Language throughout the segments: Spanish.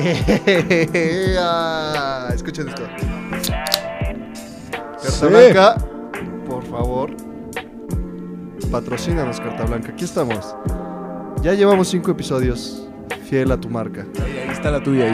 Escuchen esto. Carta Blanca, por favor. Patrocínanos, Carta Blanca. Aquí estamos. Ya llevamos 5 episodios. Fiel a tu marca. Ahí está la tuya,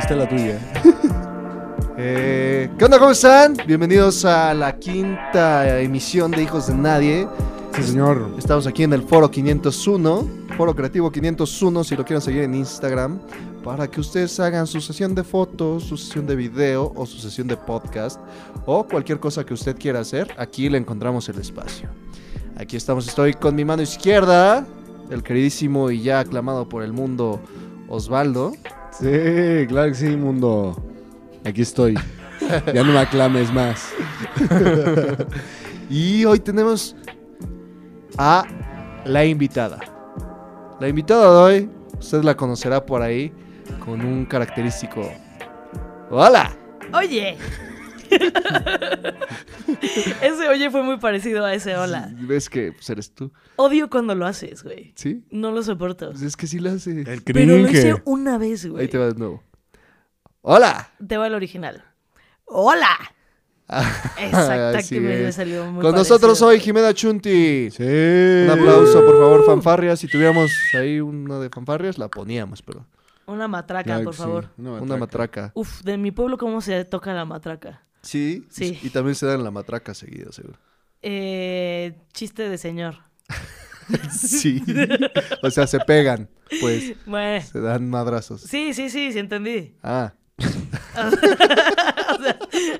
¿Qué onda? ¿Cómo están? Bienvenidos a la 5ª emisión de Hijos de Nadie. Sí, señor. Estamos aquí en el Foro 501, Foro Creativo 501, si lo quieren seguir en Instagram, para que ustedes hagan su sesión de fotos, su sesión de video o su sesión de podcast o cualquier cosa que usted quiera hacer. Aquí le encontramos el espacio. Aquí estamos, estoy con mi mano izquierda, el queridísimo y ya aclamado por el mundo Osvaldo. Sí, claro que sí, mundo. Aquí estoy. Ya no me aclames más. Y hoy tenemos a la invitada. La invitada de hoy, usted la conocerá por ahí con un característico ¡hola! ¡Oye! Ese oye fue muy parecido a ese hola. Sí, ves que pues, eres tú. Odio cuando lo haces, güey. ¿Sí? No lo soporto. Pues es que sí lo hace. El Pero lo hice cringe. una vez, güey. Ahí te va de nuevo. ¡Hola! Te va el original. ¡Hola! Exacto, Así que me es. salió muy Con parecido. nosotros hoy Jimena Chunti. Sí. Un aplauso, por favor, fanfarrias. Si tuviéramos ahí una de fanfarrias, la poníamos, pero Una matraca, Claro por que sí. favor. una matraca. Uf, de mi pueblo, ¿cómo se toca la matraca? Sí. Sí. Y también se dan la matraca seguido, seguro. Chiste de señor. Sí. O sea, se pegan, pues. Bueno, Se dan madrazos. sí, entendí. Ah. O sea,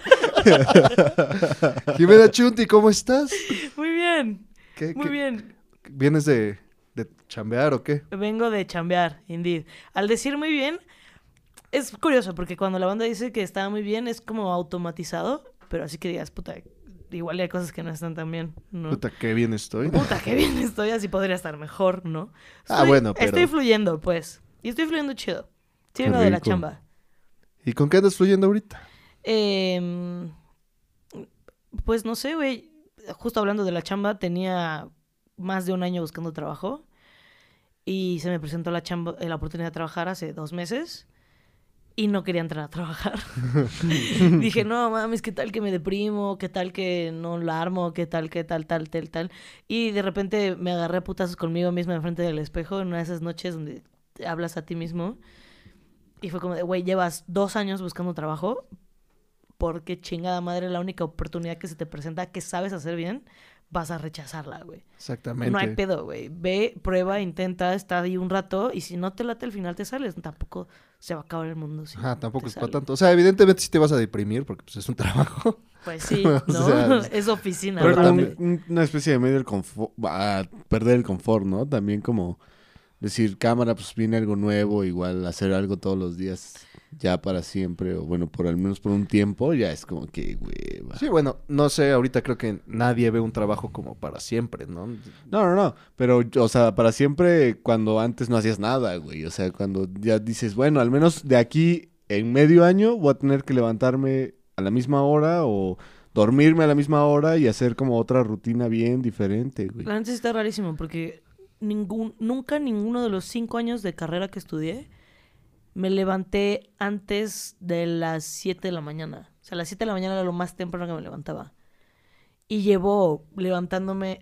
Jimena Chunti, ¿cómo estás? muy bien, ¿Qué, muy bien. ¿Vienes de chambear o qué? Vengo de chambear, indeed. Al decir muy bien, es curioso porque cuando la banda dice que estaba muy bien es como automatizado, pero así que digas, puta, igual hay cosas que no están tan bien, ¿no? Puta, qué bien estoy. Puta, qué bien estoy, así podría estar mejor, ¿no? Bueno, pero... Estoy fluyendo, pues. Y estoy fluyendo chido. Sí, Qué vengo de la rico. chamba. ¿Y con qué andas fluyendo ahorita? Pues no sé, güey. Justo hablando de la chamba, tenía más de un año buscando trabajo. Y se me presentó la oportunidad de trabajar hace 2 meses. Y no quería entrar a trabajar. Dije, no mames, ¿qué tal que me deprimo? ¿Qué tal que no la armo? ¿Qué tal, tal? Y de repente me agarré a putazos conmigo misma enfrente del espejo en una de esas noches donde te hablas a ti mismo. Y fue como de, güey, llevas 2 años buscando trabajo. Porque chingada madre, la única oportunidad que se te presenta que sabes hacer bien, vas a rechazarla, güey. Exactamente. No hay pedo, güey. Ve, prueba, intenta, está ahí un rato y si no te late al final te sales. Tampoco se va a acabar el mundo. Si Ajá, tampoco te es para sales. tanto. O sea, evidentemente sí te vas a deprimir porque pues, es un trabajo. Pues sí, O ¿no? sea, Es oficina. Pero como aparte. una especie de medio del confort, perder el confort, ¿no? También como decir, cámara, pues viene algo nuevo, igual hacer algo todos los días ya para siempre, o bueno, por al menos por un tiempo, ya es como que, hueva. Sí, bueno, no sé, ahorita creo que nadie ve un trabajo como para siempre, ¿no? No, pero, o sea, para siempre cuando antes no hacías nada, güey, o sea, cuando ya dices, bueno, al menos de aquí en medio año voy a tener que levantarme a la misma hora o dormirme a la misma hora y hacer como otra rutina bien diferente, güey. La neta sí está rarísimo porque nunca ninguno de los 5 años de carrera que estudié me levanté antes de las 7 de la mañana. O sea, las 7 de la mañana era lo más temprano que me levantaba. Y llevo levantándome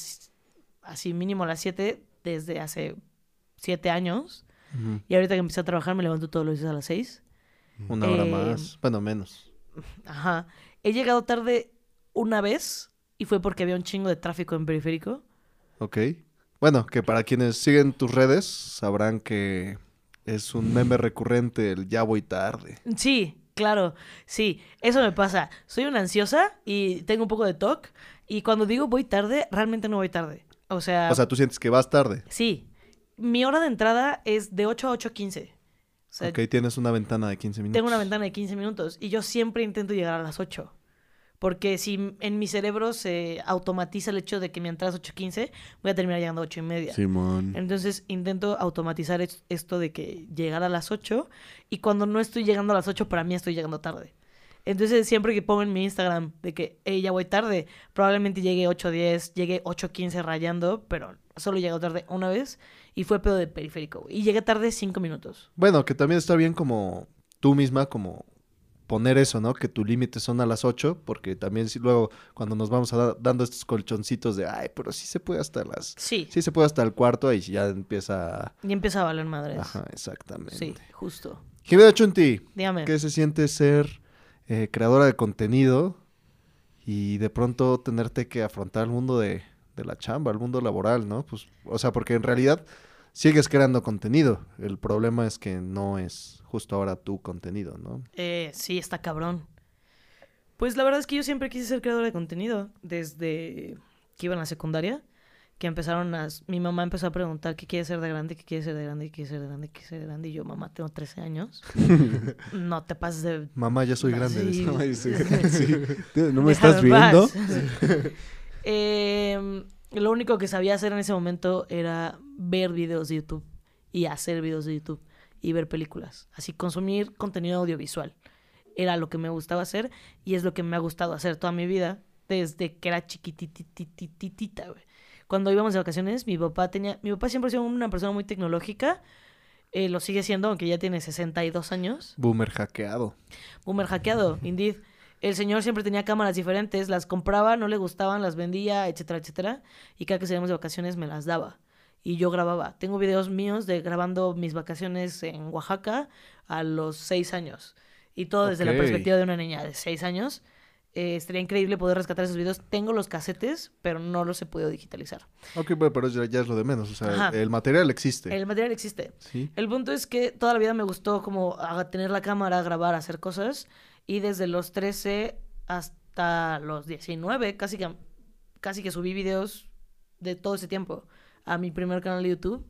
así mínimo a las 7 desde hace 7 años. Ujú. Y ahorita que empecé a trabajar me levanto todos los días a las 6. Una hora más. Bueno, menos. Ajá. He llegado tarde una vez y fue porque había un chingo de tráfico en periférico. Ok. Bueno, que para quienes siguen tus redes sabrán que es un meme recurrente el ya voy tarde. Sí, claro, sí, eso me pasa. Soy una ansiosa y tengo un poco de TOC y cuando digo voy tarde, realmente no voy tarde. O sea, O sea, tú sientes que vas tarde. sí, mi hora de entrada es de 8 a 8:15. O sea, Ok, tienes una ventana de 15 minutos. tengo una ventana de 15 minutos y yo siempre intento llegar a las 8. Porque si en mi cerebro se automatiza el hecho de que mi entrada es 8:15, voy a terminar llegando a 8:30. Simón. Entonces intento automatizar esto de que llegar a las 8 y cuando no estoy llegando a las 8 para mí estoy llegando tarde. Entonces siempre que pongo en mi Instagram de que hey, ya voy tarde, probablemente llegue 8:10, llegue 8:15 rayando, pero solo llego tarde una vez y fue pedo de periférico. Y llegué tarde 5 minutos. Bueno, que también está bien como tú misma como poner eso, ¿no? Que tu límite son a las 8, porque también si luego cuando nos vamos dando estos colchoncitos de, ay, pero sí se puede hasta las... Sí. Sí se puede hasta el cuarto y ya empieza... Y empieza a valer madres. Ajá, exactamente. Sí, justo. Jimena Chunti, Dígame. ¿qué se siente ser creadora de contenido y de pronto tenerte que afrontar el mundo de la chamba, el mundo laboral, ¿no? Pues, o sea, porque en realidad sigues creando contenido. El problema es que no es justo ahora tu contenido, ¿no? Sí, está cabrón. Pues la verdad es que yo siempre quise ser creadora de contenido. Desde que iba en la secundaria, que empezaron mi mamá empezó a preguntar qué quiere ser de grande, qué quiere ser de grande, qué quiere ser de grande, qué quiere ser de grande. Y yo, mamá, tengo 13 años. No te pases de... Mamá, ya soy grande. Sí. decía. Ay, sí. Sí. ¿No me Déjame estás en paz. viendo? Lo único que sabía hacer en ese momento era ver videos de YouTube y hacer videos de YouTube y ver películas. Así, consumir contenido audiovisual. Era lo que me gustaba hacer y es lo que me ha gustado hacer toda mi vida desde que era chiquititititita, güey. Cuando íbamos de vacaciones, mi papá siempre ha sido una persona muy tecnológica. Lo sigue siendo, aunque ya tiene 62 años. Boomer hackeado. Boomer hackeado, indeed. El señor siempre tenía cámaras diferentes, las compraba, no le gustaban, las vendía, etcétera, etcétera. Y cada que salíamos de vacaciones me las daba. Y yo grababa. Tengo videos míos de grabando mis vacaciones en Oaxaca a los 6 años. Y todo desde la Ok. perspectiva de una niña de 6 años. Estaría increíble poder rescatar esos videos. Tengo los casetes, pero no los he podido digitalizar. Ok, bueno, pero ya es lo de menos. O sea, Ajá. el material existe. El material existe. Sí. El punto es que toda la vida me gustó como tener la cámara, grabar, hacer cosas. Y desde los 13 hasta los 19, casi que subí videos de todo ese tiempo a mi primer canal de YouTube.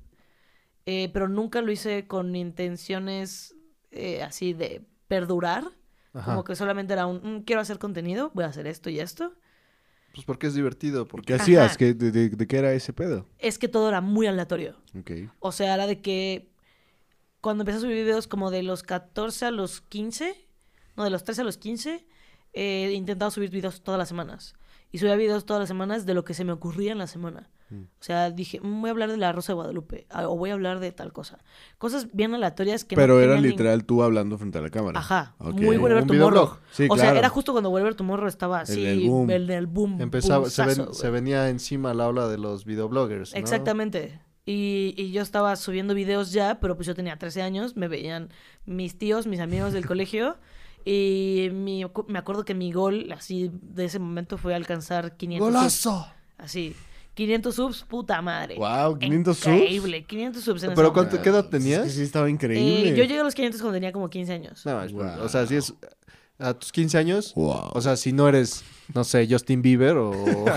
Pero nunca lo hice con intenciones así de perdurar. Ajá. Como que solamente era quiero hacer contenido, voy a hacer esto y esto. Pues porque es divertido. ¿Qué Porque... hacías? Ajá. ¿De qué era ese pedo? Es que todo era muy aleatorio. Ok. O sea, era de que cuando empecé a subir videos como de los 14 a los 15, no, de los 13 a los 15, intentaba subir videos todas las semanas. Y subía videos todas las semanas de lo que se me ocurría en la semana. O sea, dije, voy a hablar de la Rosa de Guadalupe, o voy a hablar de tal cosa. Cosas bien aleatorias que Pero no era tenían literal tú hablando frente a la cámara. Ajá, Ok. muy Wherever Un Tomorrow. videoblog. Sí, O sea, claro. era justo cuando Wherever Tomorrow estaba así, el boom. el boom. Empezaba, se boomzazo, güey. venía encima la ola de los videobloggers, ¿no? Exactamente. Y yo estaba subiendo videos ya, pero pues yo tenía 13 años, me veían mis tíos, mis amigos del colegio, y me acuerdo que mi gol, así, de ese momento fue alcanzar 500 subs. ¡Golazo! Así, 500 subs, puta madre. Wow, 500 subs. Increíble, 500 subs en ese ¿Pero momento. qué edad Es tenías? que sí estaba increíble. Yo llegué a los 500 cuando tenía como 15 años. No, Wow. o sea, si es a tus 15 años, Wow. o sea, si no eres, no sé, Justin Bieber o...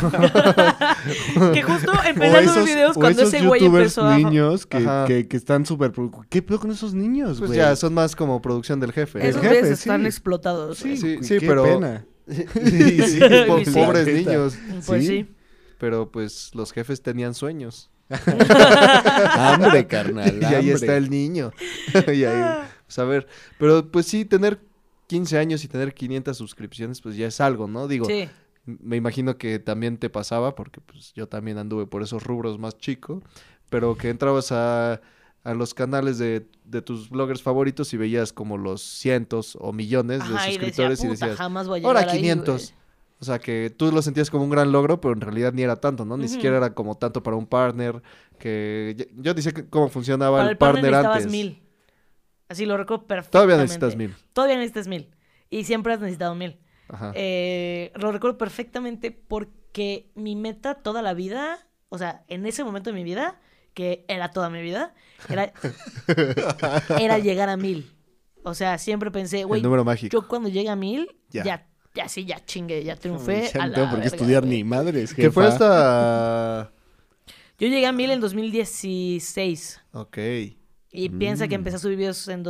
Que justo empecé a subir videos cuando ese güey youtubers empezó a... niños Ajá. que están súper... ¿Qué pedo con esos niños, Pues güey? ya, son más como producción del jefe. Esos ¿no? jefe, güeyes sí. están explotados. Sí, güey. Sí, qué pero- pena. Y sí, Y sí. pobres La neta. niños. Pues ¿Sí? sí. Pero pues los jefes tenían sueños. Hambre, carnal, Y ahí hambre. está el niño. Y ahí, pues a ver. Pero pues sí, tener 15 años y tener 500 suscripciones, pues ya es algo, ¿no? Digo, Sí. me imagino que también te pasaba, porque pues yo también anduve por esos rubros más chico, pero que entrabas a los canales de tus bloggers favoritos y veías como los cientos o millones de Ajá, y decía, suscriptores y puta, decías, jamás voy a llegar ahora ahí, 500. güey. O sea, que tú lo sentías como un gran logro, pero en realidad ni era tanto, ¿no? Ni Ujú. siquiera era como tanto para un partner, que yo decía cómo funcionaba Para el el partner partner necesitabas antes. 1000. Así lo recuerdo perfectamente. Todavía necesitas 1000. Todavía necesitas 1000. Y siempre has necesitado 1000. Ajá. Lo recuerdo perfectamente porque mi meta toda la vida, o sea, en ese momento de mi vida, que era toda mi vida, era llegar a 1000. O sea, siempre pensé, güey, el número mágico. yo cuando llegue a 1000, Ya. ya sí, ya chingue, ya triunfé. Ya a no la tengo por qué verga, estudiar güey. ni madres, Que fue jefa. hasta... Yo llegué a 1000 en 2016. Ok. Y piensa que empecé a subir videos en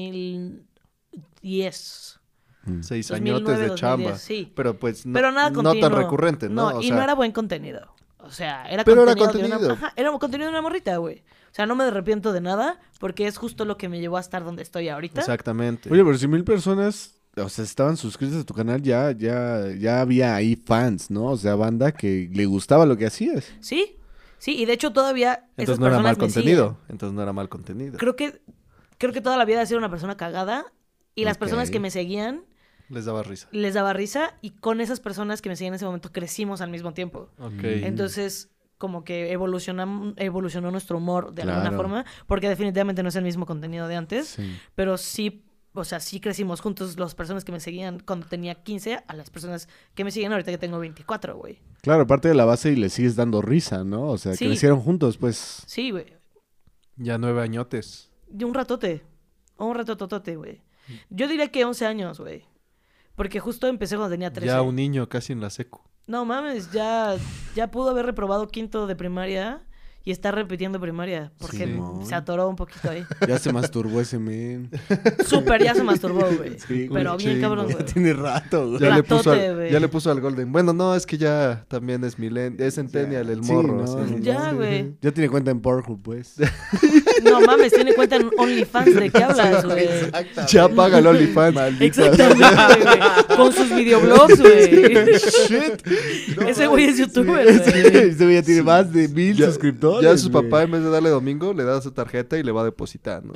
2010. 6 2009, añotes de chamba. 2010, sí. Pero pues no, Pero nada no continuo. tan recurrente, ¿no? No, O y sea, no era buen contenido. O sea, era Pero era contenido de contenido. una... Ajá, era contenido de una morrita, güey. O sea, no me arrepiento de nada porque es justo lo que me llevó a estar donde estoy ahorita. Exactamente. Oye, pero si 1000 personas, o sea, estaban suscritas a tu canal, ya había ahí fans, ¿no? O sea, banda que le gustaba lo que hacías. Sí, sí, y de hecho todavía Entonces esas no era personas mal me contenido. siguen. Entonces no era mal contenido. Creo que toda la vida he sido una persona cagada Y las Ok. personas que me seguían Les daba risa. les daba risa y con esas personas que me seguían en ese momento crecimos al mismo tiempo. Ok. Entonces, como que evolucionó nuestro humor de alguna Claro. forma, porque definitivamente no es el mismo contenido de antes, Sí. pero sí, o sea, sí crecimos juntos las personas que me seguían cuando tenía 15 a las personas que me siguen ahorita que tengo 24, güey. Claro, parte de la base y le sigues dando risa, ¿no? O sea, Sí. crecieron juntos, pues. Sí, güey. Ya 9 añotes. De un ratototote, güey. Yo diría que 11 años, güey. Porque justo empecé cuando tenía 13. Ya un niño casi en la secu. No mames, ya pudo haber reprobado quinto de primaria y está repitiendo primaria. Porque Simón. se atoró un poquito ahí. Ya se masturbó ese men. Súper, ya se masturbó, güey. Sí, Pero güey, bien chingo. cabrón, Ya güey. tiene rato, güey. Ya le, puso Ratote, al, güey. ya le puso al Golden. Bueno, no, es que ya también es es centennial el Sí, morro. no, sí. no, Ya, no. güey. Ya tiene cuenta en Pornhub, pues. No mames, tiene cuenta en OnlyFans. ¿De qué hablas, güey? Ya paga el OnlyFans. Exactamente, güey. Con sus videoblogs, güey. Shit. Ese güey es youtuber, güey. Ese güey ya tiene más de 1000 Ya- suscriptores. Ya su güey. papá, en vez de darle domingo, le da su tarjeta y le va depositando.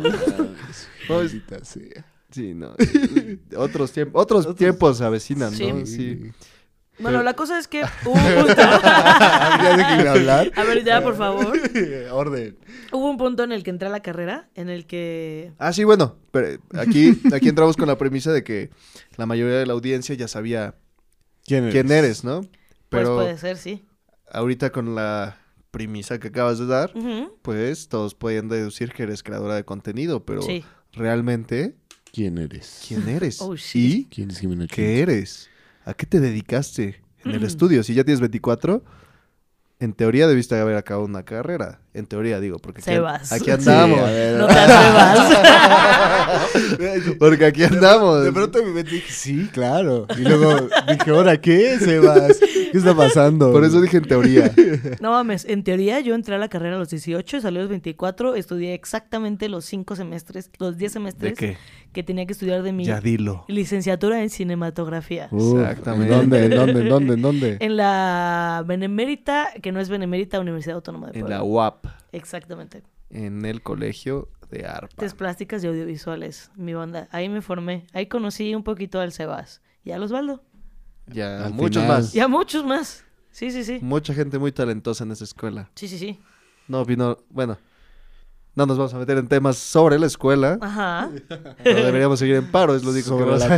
No, es- Maldita sea. Sí, no. Otros tiempos se avecinan, ¿no? Sí. Sí. Bueno, la cosa es que hubo un punto... Ya déjenme hablar. A ver, ya, por favor. Orden. Hubo un punto en el que entré a la carrera, en el que... Ah, sí, bueno, pero aquí entramos con la premisa de que la mayoría de la audiencia ya sabía quién eres, ¿no? Pues Pero puede ser, sí. ahorita con la premisa que acabas de dar, Ujú. pues todos pueden deducir que eres creadora de contenido, pero Sí. realmente, ¿Quién eres? ¿quién eres? Oh, shit. ¿Y ¿Quién es Jimena qué eres? ¿A qué te dedicaste en el Mm. estudio? Si ya tienes 24, en teoría debiste haber acabado una carrera. En teoría, digo, porque Sebas. aquí andamos. Sí, a ver. No te atrevas. Porque aquí andamos. De pronto en mi mente dije, sí, claro. Y luego dije, ¿ahora qué, Sebas? ¿Qué está pasando? Por eso dije en teoría. No mames, en teoría yo entré a la carrera a los 18, salí a los 24, estudié exactamente los 5 semestres, los 10 ¿De semestres qué? que tenía que estudiar de mi Ya dilo. licenciatura en cinematografía. Exactamente. ¿En dónde? En la Benemérita, que no es Benemérita, Universidad Autónoma de En Puebla. la UAP. Exactamente. En el colegio de arpa. Artes plásticas y audiovisuales, mi banda. Ahí me formé. Ahí conocí un poquito al Sebas y al Osvaldo. Ya, Al muchos final. más. Y a muchos más. Sí, sí, sí. Mucha gente muy talentosa en esa escuela. Sí, sí, sí. No vino, bueno, no nos vamos a meter en temas sobre la escuela. Ajá. Pero deberíamos seguir en paro, es lo único Sobre que vamos la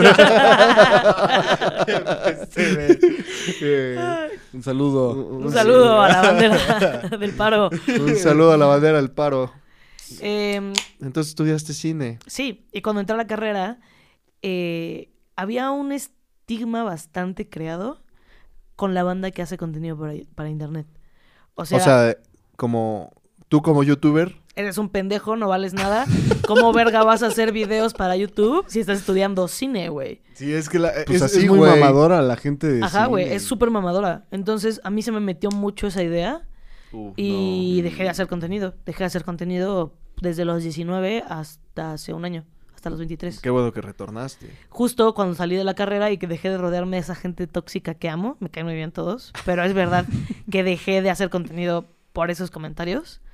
a decir. Un saludo. Un saludo a la bandera del paro. Un saludo a la bandera del paro. Em, Entonces estudiaste cine. sí, y cuando entré a la carrera, había un estigma bastante creado con la banda que hace contenido para internet. O sea, como tú como youtuber, eres un pendejo, no vales nada. ¿Cómo verga vas a hacer videos para YouTube si estás estudiando cine, güey? Sí, es que Pues es así, muy güey. mamadora la gente de Ajá, güey, cine. es súper mamadora. Entonces, a mí se me metió mucho esa idea y dejé de hacer contenido. Dejé de hacer contenido desde los 19 hasta hace un año, hasta los 23. Qué bueno que retornaste. Justo cuando salí de la carrera y que dejé de rodearme de esa gente tóxica que amo, me caen muy bien todos, pero es verdad que dejé de hacer contenido por esos comentarios.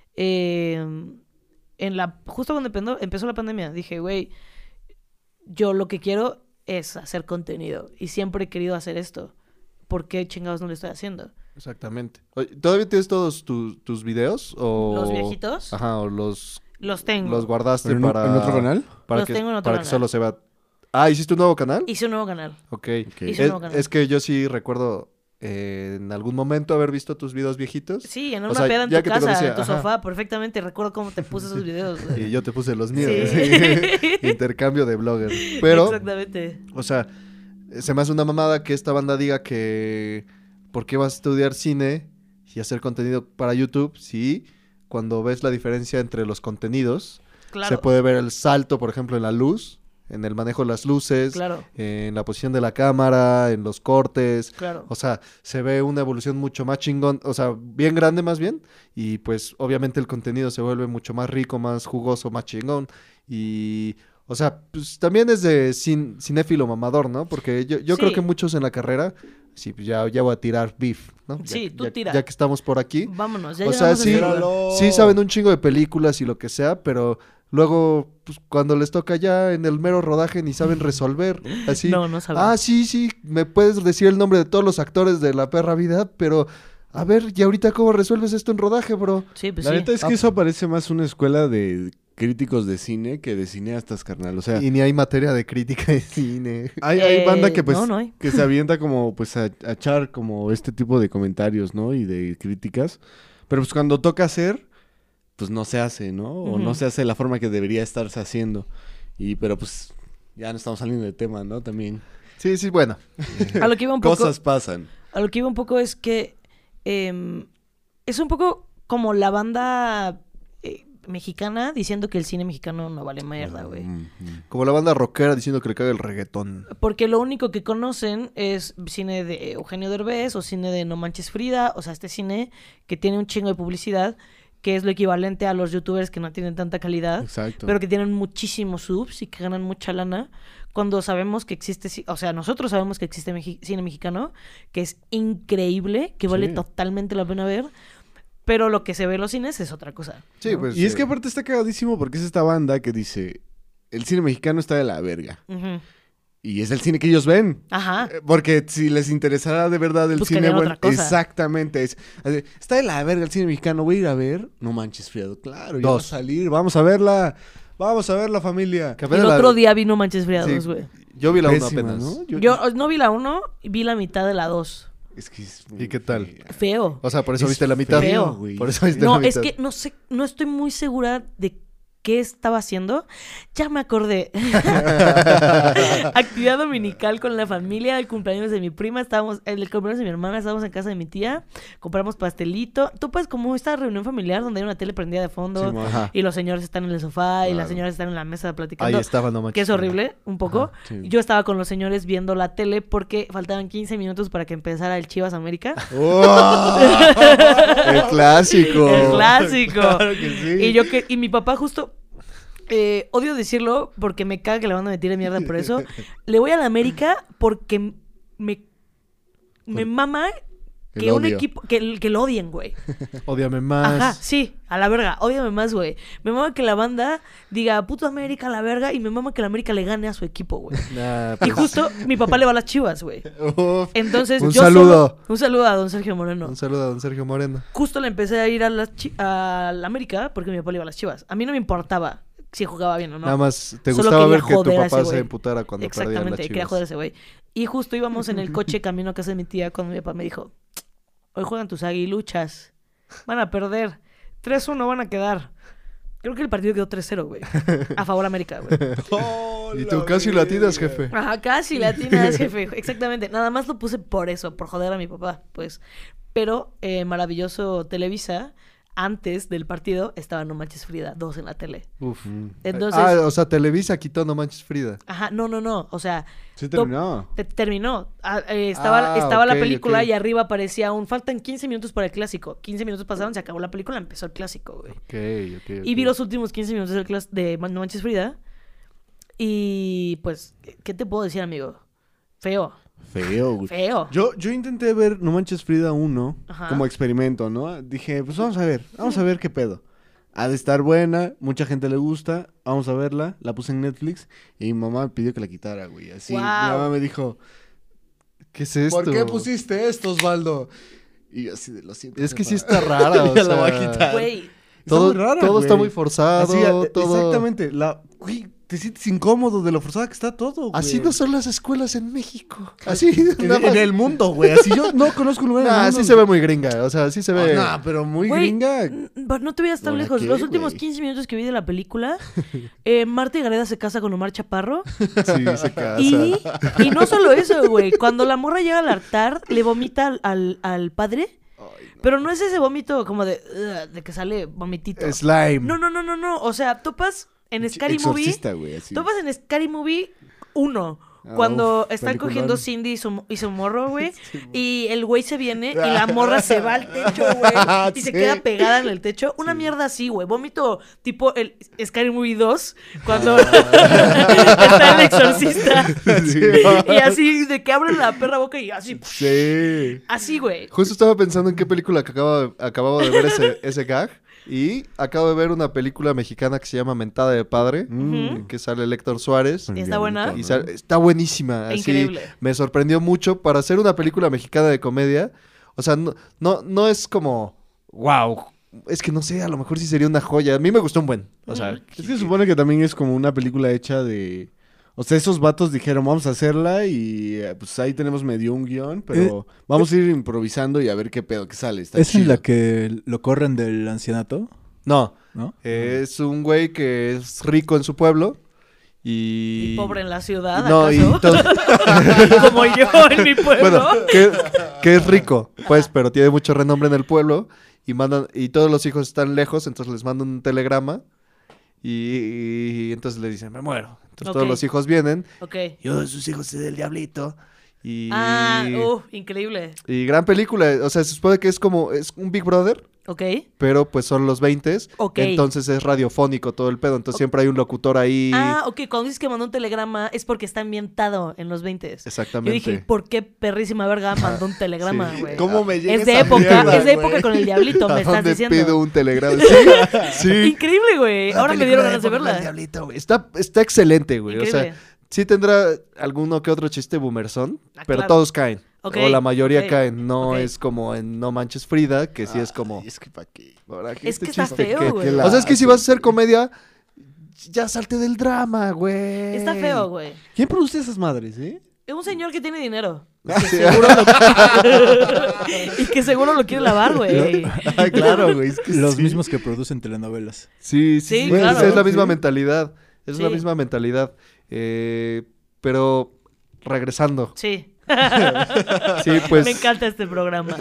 Justo cuando empezó la pandemia, dije, güey, yo lo que quiero es hacer contenido y siempre he querido hacer esto. ¿Por qué chingados no lo estoy haciendo? Exactamente. Oye, ¿todavía tienes todos tus videos? O... ¿Los viejitos? Ajá, o los Los guardaste ¿En para... en otro canal? Para Los que, tengo en otro para que canal. solo se vea... Ah, ¿hiciste un nuevo canal? Hice un nuevo canal. Ok. Hice un nuevo canal. Es que yo sí recuerdo en algún momento haber visto tus videos viejitos. Sí, en O una sea, peda en ya tu que te casa, conocía, en tu ajá. sofá. Perfectamente recuerdo cómo te puse esos videos. güey. Y yo te puse los míos. Sí. Intercambio de blogger. Pero, Exactamente. o sea, se me hace una mamada que esta banda diga que... ¿Por qué vas a estudiar cine y hacer contenido para YouTube? Sí, cuando ves la diferencia entre los contenidos, Claro. se puede ver el salto, por ejemplo, en la luz, en el manejo de las luces, Claro, en la posición de la cámara, en los cortes. claro. O sea, se ve una evolución mucho más chingón, o sea, bien grande más bien, y pues obviamente el contenido se vuelve mucho más rico, más jugoso, más chingón, y... O sea, pues también es de cinéfilo mamador, ¿no? Porque yo creo Sí. que muchos en la carrera, sí, pues ya voy a tirar beef, ¿no? Sí, tú ya, tira. ya que estamos por aquí. Vámonos, ya O sea, llegamos a sí, ese lugar. Tíralo. sí saben un chingo de películas y lo que sea, pero luego, pues, cuando les toca ya en el mero rodaje ni saben resolver. Así, No sabemos. sí, me puedes decir el nombre de todos los actores de la perra vida, pero a ver, ¿y ahorita cómo resuelves esto en rodaje, bro? Sí, pues La sí. neta es que eso parece más una escuela de críticos de cine que de cineastas, carnal. O sea, Y ni hay materia de crítica de cine. hay banda que pues no hay. que se avienta como pues a echar como este tipo de comentarios, ¿no? Y de críticas. Pero pues cuando toca hacer, pues no se hace, ¿no? O Ujú. no se hace de la forma que debería estarse haciendo. Pero pues ya no estamos saliendo de tema, ¿no? También Sí, bueno. A lo que iba un poco... cosas pasan. A lo que iba un poco es que es un poco como la banda mexicana diciendo que el cine mexicano no vale mierda, güey. Como la banda rockera diciendo que le caga el reggaetón. Porque lo único que conocen es cine de Eugenio Derbez o cine de No Manches Frida, o sea, este cine que tiene un chingo de publicidad, que es lo equivalente a los youtubers que no tienen tanta calidad, Exacto. pero que tienen muchísimos subs y que ganan mucha lana, cuando sabemos que existe, o sea, nosotros sabemos que existe cine mexicano, que es increíble, que vale Sí. totalmente la pena ver, pero lo que se ve en los cines es otra cosa. Sí, ¿no? pues. Y es que aparte está cagadísimo porque es esta banda que dice, el cine mexicano está de la verga. Ujú. Y es el cine que ellos ven. Ajá. Porque si les interesara de verdad el cine Buscarían bueno, otra cosa. exactamente. Está de la verga el cine mexicano, voy a ir a ver. No manches, Friado, claro, ya va a Dos. salir, vamos a verla. Vamos a verla, familia. Que El apenas la- otro día vi No Manches Frida Sí, 2, güey. Yo vi la 1 Pésima, apenas. ¿no? Yo no vi la 1, vi la mitad de la 2. Es que es ¿Y qué tal? fea. Feo. O sea, por eso Es viste la mitad. feo, güey. Por eso viste No, la es mitad. que no sé, no estoy muy segura de qué estaba haciendo. Ya me acordé. Actividad dominical con la familia, el cumpleaños de mi prima, el cumpleaños de mi hermana, estábamos en casa de mi tía, compramos pastelito. Tú pues como esta reunión familiar donde hay una tele prendida de fondo Sí, Ajá. y los señores están en el sofá y las Claro. señoras están en la mesa Ahí platicando. estaba, no manches. Que es horrible, un poco. Sí. Yo estaba con los señores viendo la tele porque faltaban 15 minutos para que empezara el Chivas América. ¡Oh! El clásico. El clásico. Claro que sí. Y mi papá justo, odio decirlo porque me caga que la banda me tire mierda por eso. Le voy a la América porque me mama El que un odio. equipo, que lo odien, güey. Ódiame más. Ajá, sí, a la verga, ódiame más, güey. Me mama que la banda diga, puto América a la verga, y me mama que la América le gane a su equipo, güey. Nah, Y pues, justo mi papá le va a las Chivas, güey. Uf. Entonces Un yo saludo. un saludo a don Sergio Moreno. un saludo a don Sergio Moreno. Justo le empecé a ir a la América porque mi papá le iba a las Chivas. A mí no me importaba si jugaba bien o no. Nada más te Solo gustaba quería ver que tu joder a ese papá güey. se emputara cuando perdía Exactamente, las quería Chivas. joder a ese güey. Y justo íbamos en el coche camino a casa de mi tía cuando mi papá me dijo, hoy juegan tus aguiluchas, van a perder, 3-1 van a quedar. Creo que el partido quedó 3-0, güey. A favor América, güey. Y tú casi latinas, jefe. Ajá, casi latinas, jefe. Exactamente. Nada más lo puse por eso, por joder a mi papá, pues. Pero maravilloso Televisa, antes del partido, estaba No Manches Frida 2 en la tele. Uf. Entonces, O sea, Televisa quitó No Manches Frida. ajá, no. O sea, Sí terminó. terminó. Estaba la ok, película ok. y arriba aparecía faltan 15 minutos para el clásico. 15 minutos pasaron, se acabó la película, empezó el clásico, güey. Ok. Y vi los últimos 15 minutos de No Manches Frida. Y pues, ¿qué te puedo decir, amigo? Feo. Feo, güey. Feo. Yo intenté ver No Manches Frida 1 Ajá. como experimento, ¿no? Dije, pues vamos a ver qué pedo. Ha de estar buena, mucha gente le gusta, vamos a verla. La puse en Netflix y mi mamá me pidió que la quitara, güey. Así, Wow. mi mamá me dijo, ¿Qué es esto? ¿por qué pusiste esto, Osvaldo? Y yo así de, lo siento. Es que sí jefa". está rara, o Ya sea. la voy a quitar. Güey, Está Todo, muy rara, todo está güey. muy forzado, Así, todo... Exactamente. Güey, te sientes incómodo de lo forzada que está todo, güey. Así no son las escuelas en México. Así, En, nada más. en el mundo, güey. Así yo no conozco un lugar en el Nah, mundo. sí se ve muy gringa, o sea, sí se ve... Nah, pero muy güey, gringa. no te vayas tan ¿Ahora lejos. qué, Los últimos güey? 15 minutos que vi de la película, Marta y Gareda se casa con Omar Chaparro. Sí, se casa. Y no solo eso, güey. Cuando la morra llega al altar, le vomita al padre. Pero no es ese vómito como de que sale vomitito. Slime. No. O sea, topas en Scary Movie. Exorcista, güey, así. Topas en Scary Movie 1. Ah, Cuando uf, están peliculón. cogiendo Cindy y su morro, güey. Y el güey se viene y la morra se va al techo, güey. Y se Sí. queda pegada en el techo. Una mierda así, güey. Vómito tipo el Scary Movie 2. Cuando está el exorcista. Sí. Y así de que abren la perra boca y así. Sí. Así, güey. Justo estaba pensando en qué película que acababa de ver ese gag. Y acabo de ver una película mexicana que se llama Mentada de Padre, que sale Héctor Suárez. ¿Y está buena? Y está buenísima. Así, Increíble. me sorprendió mucho para hacer una película mexicana de comedia. O sea, no es como, wow. Es que no sé, a lo mejor sí sería una joya. A mí me gustó un buen. O sea, Es que se supone que también es como una película hecha de... O sea, esos vatos dijeron, vamos a hacerla y pues ahí tenemos medio un guión, pero vamos a ir improvisando y a ver qué pedo que sale. Está ¿Es en chido. la que lo corren del ancianato? no. ¿No? Es un güey que es rico en su pueblo Y pobre en la ciudad, No, y ¿acaso? Como yo en mi pueblo. Bueno, que es rico, pues, pero tiene mucho renombre en el pueblo y todos los hijos están lejos, entonces les mandan un telegrama y entonces le dicen, me muero. Entonces todos Ok. los hijos vienen, Ok. y uno de sus hijos es el diablito y Increíble. y gran película, o sea, se supone que es un Big Brother, Ok. pero pues son los 20s, Ok. entonces es radiofónico todo el pedo, entonces siempre hay un locutor ahí. Ok. Cuando dices que mandó un telegrama es porque está ambientado en los 20s. Yo Exactamente. dije, ¿por qué perrísima verga mandó un telegrama, Sí. güey? ¿Cómo me llega Es de esa época, mierda, es de güey? época con el diablito, me ¿A estás dónde diciendo. pido un telegrama? Sí. Increíble, güey. La Ahora me película dieron de ganas de época con el verla. diablito, güey. Está excelente, güey. O Increíble. sea, sí tendrá alguno que otro chiste boomerzón, pero claro. todos caen. Ok, O la mayoría ok, caen. No ok. es como en No Manches Frida, que sí es como... Es que para qué. ¿ahora qué Es que este está chiste? feo, ¿Qué? güey. O sea, es que si vas a hacer comedia, ya salte del drama, güey. Está feo, güey. ¿Quién produce esas madres, Es un señor que tiene dinero. Sí. Y que seguro lo quiere lavar, güey. Ay, claro, güey. Es que Los sí. mismos que producen telenovelas. Sí, Sí, Bueno, claro. es la misma Sí. mentalidad. Es la Sí. misma mentalidad. Pero regresando. Sí. Sí, pues... Me encanta este programa.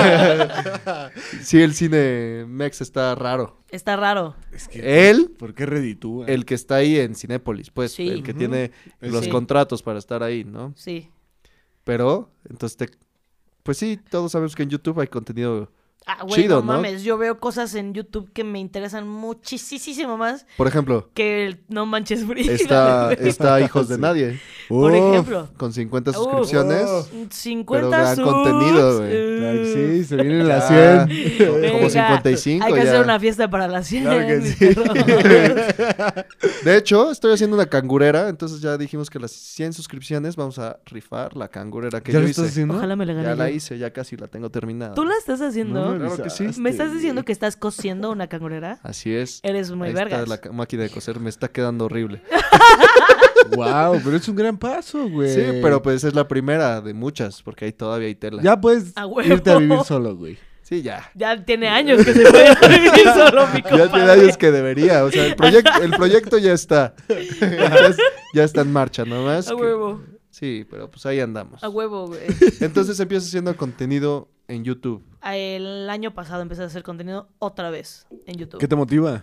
Sí, el cine mex está raro. Está raro. Es que, Él, ¿por qué reditúa? el que está ahí en Cinépolis, pues, Sí. el que Ujú. tiene los Sí. contratos para estar ahí, ¿no? Sí. Pero, entonces, pues sí, todos sabemos que en YouTube hay contenido. Güey, Chido, no ¿no? mames. Yo veo cosas en YouTube que me interesan muchísimo más Por ejemplo, que el No Manches Frida. está Hijos de Sí. Nadie, Por Uf, ejemplo. con 50 Uf. suscripciones. 50 Pero gran subs. contenido, güey. claro que sí, se viene la Ya. 100. Como Venga, 55 Hay que ya. hacer una fiesta para la 100. Claro que mis sí. perros. De hecho, estoy haciendo una cangurera, entonces ya dijimos que las 100 suscripciones vamos a rifar la cangurera que ¿Ya yo lo hice. estás haciendo? Ojalá me la gane Ya la yo. hice, ya casi la tengo terminada. ¿Tú la estás haciendo? No me Claro que sí. avisaste, ¿Me estás diciendo güey. que estás cosiendo una cangurera? Así es. Eres muy Ahí vergas. está la máquina de coser, me está quedando horrible. Wow, pero es un gran paso, güey. Sí, pero pues es la primera de muchas, porque ahí todavía hay tela. Ya puedes A huevo. irte a vivir solo, güey. Sí, ya. Ya tiene años que se puede vivir solo, mi compadre. Ya tiene años que debería, o sea, el proyecto ya está. Ya está en marcha, nomás. A huevo. Sí, pero pues ahí andamos. A huevo, güey. Entonces empiezas haciendo contenido en YouTube. El año pasado empecé a hacer contenido otra vez en YouTube. ¿Qué te motiva?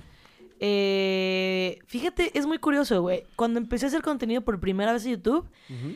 Fíjate, es muy curioso, güey. Cuando empecé a hacer contenido por primera vez en YouTube,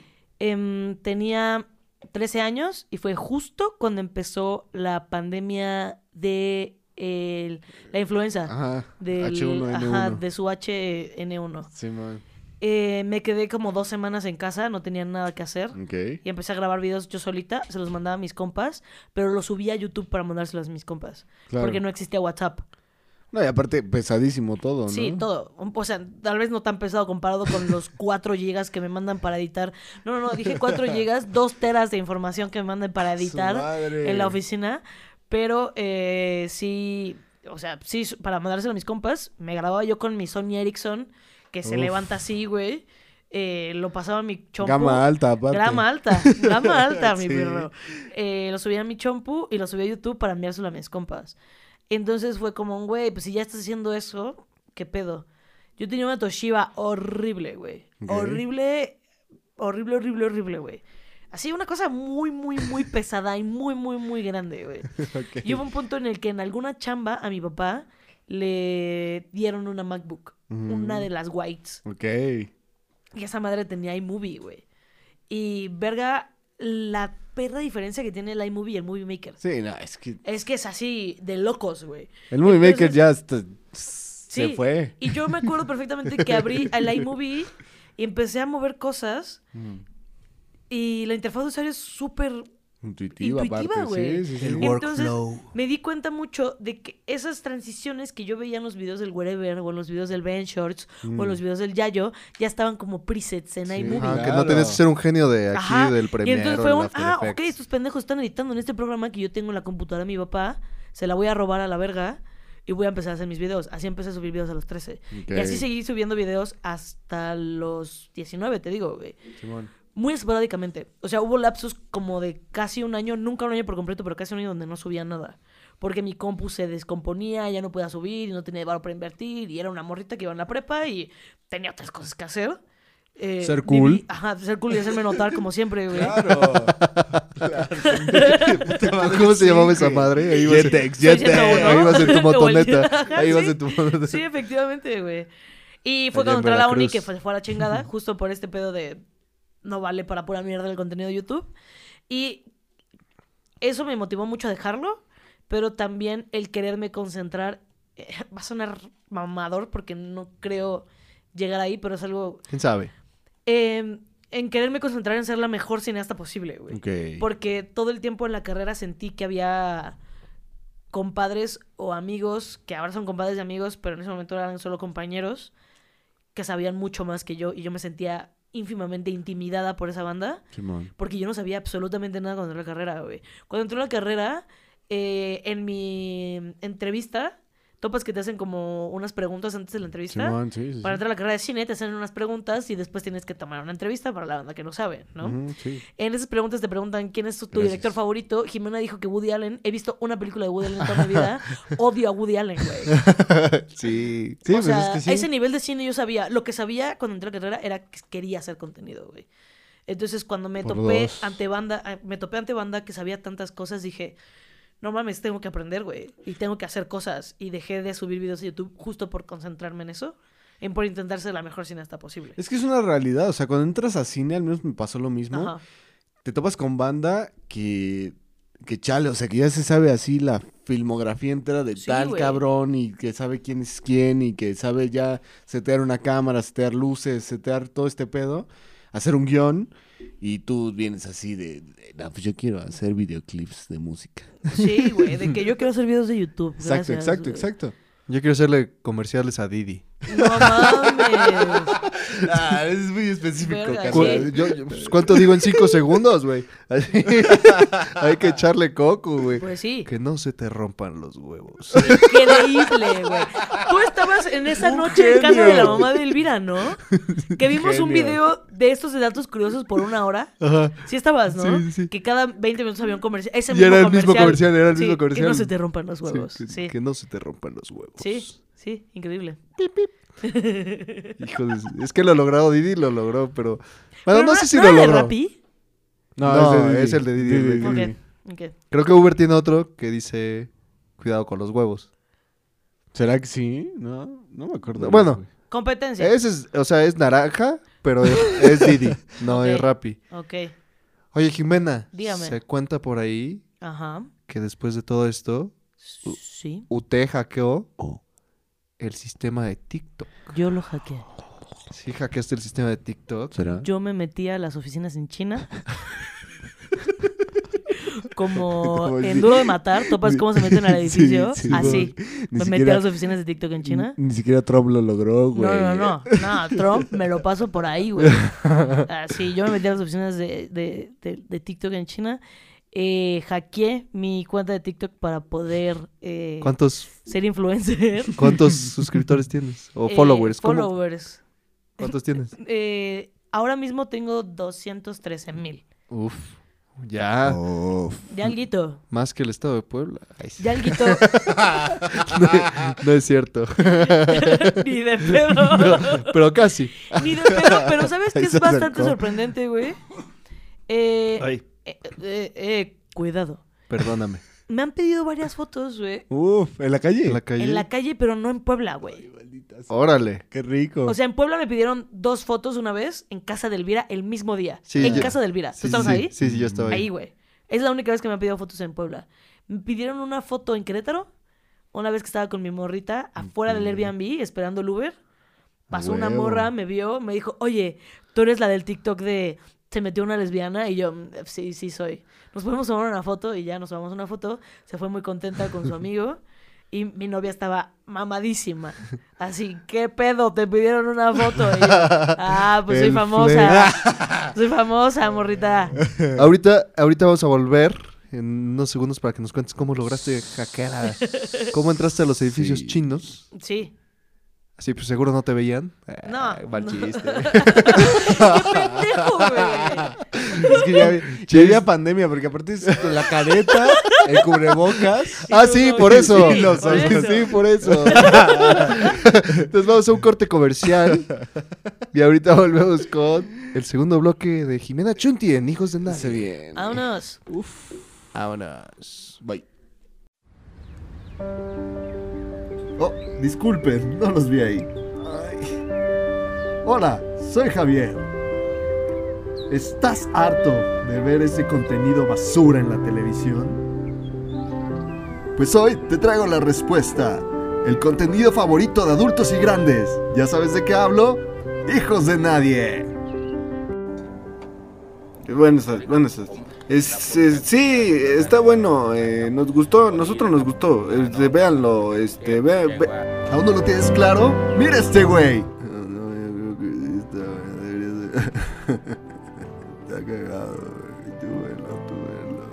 tenía 13 años y fue justo cuando empezó la pandemia de la influenza. Ajá. Del, H1N1. ajá, de su HN1. Sí, man. Me quedé como 2 semanas en casa, no tenía nada que hacer. Ok. Y empecé a grabar videos yo solita, se los mandaba a mis compas, pero los subía a YouTube para mandárselos a mis compas. Claro. Porque no existía WhatsApp. No, y aparte, pesadísimo todo, ¿no? Sí, todo. O sea, tal vez no tan pesado comparado con los 4 gigas que me mandan para editar. No, dije 4 gigas, 2 teras de información que me mandan para editar en la oficina. Pero sí, o sea, sí, para mandárselo a mis compas, me grababa yo con mi Sony Ericsson, que se Uf. levanta así, güey. Lo pasaba a mi chompu. Gama alta, aparte. Gama alta, mi Sí. perro. Lo subía a mi chompu y lo subía a YouTube para enviárselo a mis compas. Entonces fue como un güey, pues si ya estás haciendo eso, ¿qué pedo? Yo tenía una Toshiba horrible, güey. Ok. Horrible, güey. Así una cosa muy pesada y muy grande, güey. Ok. Y hubo un punto en el que en alguna chamba a mi papá le dieron una MacBook. Una de las whites. Ok. Y esa madre tenía iMovie, güey. Y verga, la perra diferencia que tiene el iMovie y el Movie Maker. Sí, no, es que Es que es así de locos, güey. el Movie Maker Entonces- ya se Sí, fue. Y yo me acuerdo perfectamente que abrí el iMovie y empecé a mover cosas y la interfaz de usuario es súper Intuitiva, Intuitiva, aparte. güey. Sí, sí, sí. El Entonces, workflow. me di cuenta mucho de que esas transiciones que yo veía en los videos del Wherever o en los videos del Ben Shorts o en los videos del Yayo ya estaban como presets en Sí. iMovie. Ajá, que Claro. no tenías que ser un genio de aquí, Ajá, del y Premiere entonces o fue del un, After ok, Effects. estos pendejos están editando en este programa que yo tengo en la computadora de mi papá, se la voy a robar a la verga y voy a empezar a hacer mis videos. Así empecé a subir videos a los 13. Ok. Y así seguí subiendo videos hasta los 19, te digo, güey. Simón. Muy esporádicamente. O sea, hubo lapsos como de casi un año, nunca un año por completo, pero casi un año donde no subía nada. Porque mi compu se descomponía, ya no podía subir y no tenía dinero para invertir. Y era una morrita que iba en la prepa y tenía otras cosas que hacer. Ser cool. Ajá, ser cool y hacerme notar como siempre, güey. Claro. ¿Cómo se llamaba esa madre? Ahí ibas, Jetex, Soy Jetex. 101. ahí ibas en tu O el- motoneta. Ajá, Ahí ibas sí. en tu motoneta. Sí, efectivamente, güey. Y fue Allá cuando en entré a la uni Veracruz. que se fue a la chingada, justo por este pedo de no vale para pura mierda el contenido de YouTube. Y eso me motivó mucho a dejarlo, pero también el quererme concentrar. Va a sonar mamador porque no creo llegar ahí, pero es algo. ¿Quién sabe? En quererme concentrar en ser la mejor cineasta posible, güey. Ok. Porque todo el tiempo en la carrera sentí que había compadres o amigos, que ahora son compadres de amigos, pero en ese momento eran solo compañeros, que sabían mucho más que yo y yo me sentía ínfimamente intimidada por esa banda, Simón. porque yo no sabía absolutamente nada cuando entré a la carrera, güey. Cuando entré a la carrera, en mi entrevista, topas que te hacen como unas preguntas antes de la entrevista. Simón, sí, sí. Para sí. entrar a la carrera de cine te hacen unas preguntas y después tienes que tomar una entrevista para la banda que no sabe, ¿no? Ujú, sí. En esas preguntas te preguntan quién es tu Gracias. director favorito. Jimena dijo que Woody Allen. He visto una película de Woody Allen en toda mi vida. Odio a Woody Allen, güey. Sí. Sí, O pues sea, es que sí. a ese nivel de cine yo sabía. Lo que sabía cuando entré a la carrera era que quería hacer contenido, güey. Entonces, cuando me Por topé dos. ante banda que sabía tantas cosas, dije, no mames, tengo que aprender, güey. Y tengo que hacer cosas. Y dejé de subir videos a YouTube justo por concentrarme en eso. En por intentar ser la mejor cineasta posible. Es que es una realidad. O sea, cuando entras a cine, al menos me pasó lo mismo. Ajá. Te topas con banda que chale, o sea, que ya se sabe así la filmografía entera de Sí, tal güey. cabrón y que sabe quién es quién y que sabe ya setear una cámara, setear luces, setear todo este pedo, hacer un guión y tú vienes así no, pues yo quiero hacer videoclips de música. Sí, güey. De que yo quiero hacer videos de YouTube. Exacto, Gracias, exacto, güey. exacto. Yo quiero hacerle comerciales a Didi. No mames. Ah, es muy específico, Verga, carnal. sí. Pues, ¿cuánto digo en 5 segundos, güey? Así. Hay que echarle coco, güey. Pues sí. Que no se te rompan los huevos. Increíble, güey. Tú estabas en esa Un noche en casa de la genio. mamá de Elvira, ¿no? Que vimos un Genio. video de estos de datos curiosos por 1 hora. Ajá. Sí estabas, ¿no? Sí, sí, sí. Que cada 20 minutos había un comercial. Ese Y mismo era el comercial. mismo comercial, era el Sí, mismo comercial. Que no se te rompan los huevos. Sí, Sí, que no se te rompan los huevos. sí, increíble. Hijo de... Es que lo logró Didi, lo logró, pero... Bueno, Pero no sé si era lo de logró. Rappi? No, de es el de Didi, el de Ok, Didi. ok. Creo que Uber tiene otro que dice... Cuidado con los huevos. ¿Será que sí? No me acuerdo. Bueno. güey. Competencia. Ese es, o sea, es naranja, pero es Didi, no Ok. es Rappi. Ok. Oye, Jimena, Dígame. se cuenta por ahí Ajá. que después de todo esto, Sí. UT hackeó el sistema de TikTok. Yo lo hackeé. Sí, hackeaste el sistema de TikTok. ¿Será? Yo me metí a las oficinas en China. Como Como en si- Duro de Matar, topas cómo se meten al edificio. Sí, Así. Ni Me metí siquiera- a las oficinas de TikTok en China. Ni siquiera Trump lo logró, güey. No, Trump me lo paso por ahí, güey. Así, yo me metí a las oficinas de TikTok en China. Hackeé mi cuenta de TikTok para poder ¿Cuántos ser influencer. suscriptores tienes? O followers. ¿Cómo? Followers. ¿Cuántos tienes? Ahora mismo tengo 213,000. Uf, ya. Uf. Ya alguito. Más que el estado de Puebla. Ay, sí. Ya alguito. No es cierto. Ni de pedo. Pero casi. Ni de pedo, pero ¿sabes qué Ahí es se bastante acercó. sorprendente, güey? Ay, Cuidado. perdóname. Me han pedido varias fotos, güey. Uf, ¿en la calle? En la calle. En la calle, pero no en Puebla, güey. Maldita sea. Órale. Qué rico. O sea, en Puebla me pidieron 2 fotos una vez en casa de Elvira el mismo día. Sí, en yo- casa de Elvira. ¿Tú Sí, estabas sí, ahí? Sí, yo estaba Ahí, ahí. güey. Es la única vez que me han pedido fotos en Puebla. Me pidieron una foto en Querétaro. Una vez que estaba con mi morrita afuera del Airbnb esperando el Uber. Pasó una Huevo. morra, me vio, me dijo, oye, tú eres la del TikTok de se metió una lesbiana y yo, sí, sí soy. Nos podemos tomar una foto y ya nos tomamos una foto. Se fue muy contenta con su amigo y mi novia estaba mamadísima. Así, ¿qué pedo? Te pidieron una foto. Y yo, pues soy El famosa. Soy famosa, morrita. Ahorita vamos a volver en unos segundos para que nos cuentes cómo lograste hackear, cómo entraste a los edificios Sí. chinos. Sí. Así, pues seguro no te veían. No. Mal no. chiste. ¡Qué pendejo, güey! Es que ya había pandemia, porque aparte es con la careta, el cubrebocas. Ah, sí, por eso. Sí, los Por ojos. eso. Sí, por eso. Entonces vamos a un corte comercial. Y ahorita volvemos con el segundo bloque de Jimena Chunti en Hijos de Hace Nadie. bien. Vámonos. Vámonos. Bye. Oh, disculpen, no los vi ahí. Ay. Hola, soy Javier. ¿Estás harto de ver ese contenido basura en la televisión? Pues hoy te traigo la respuesta. El contenido favorito de adultos y grandes. ¿Ya sabes de qué hablo? Hijos de Nadie. Buenas tardes. Sí, está bueno. Nos gustó, nosotros nos gustó. Véanlo, ¿Aún no lo tienes claro? ¡Mira este güey! No, yo creo que está cagado. Tú velo.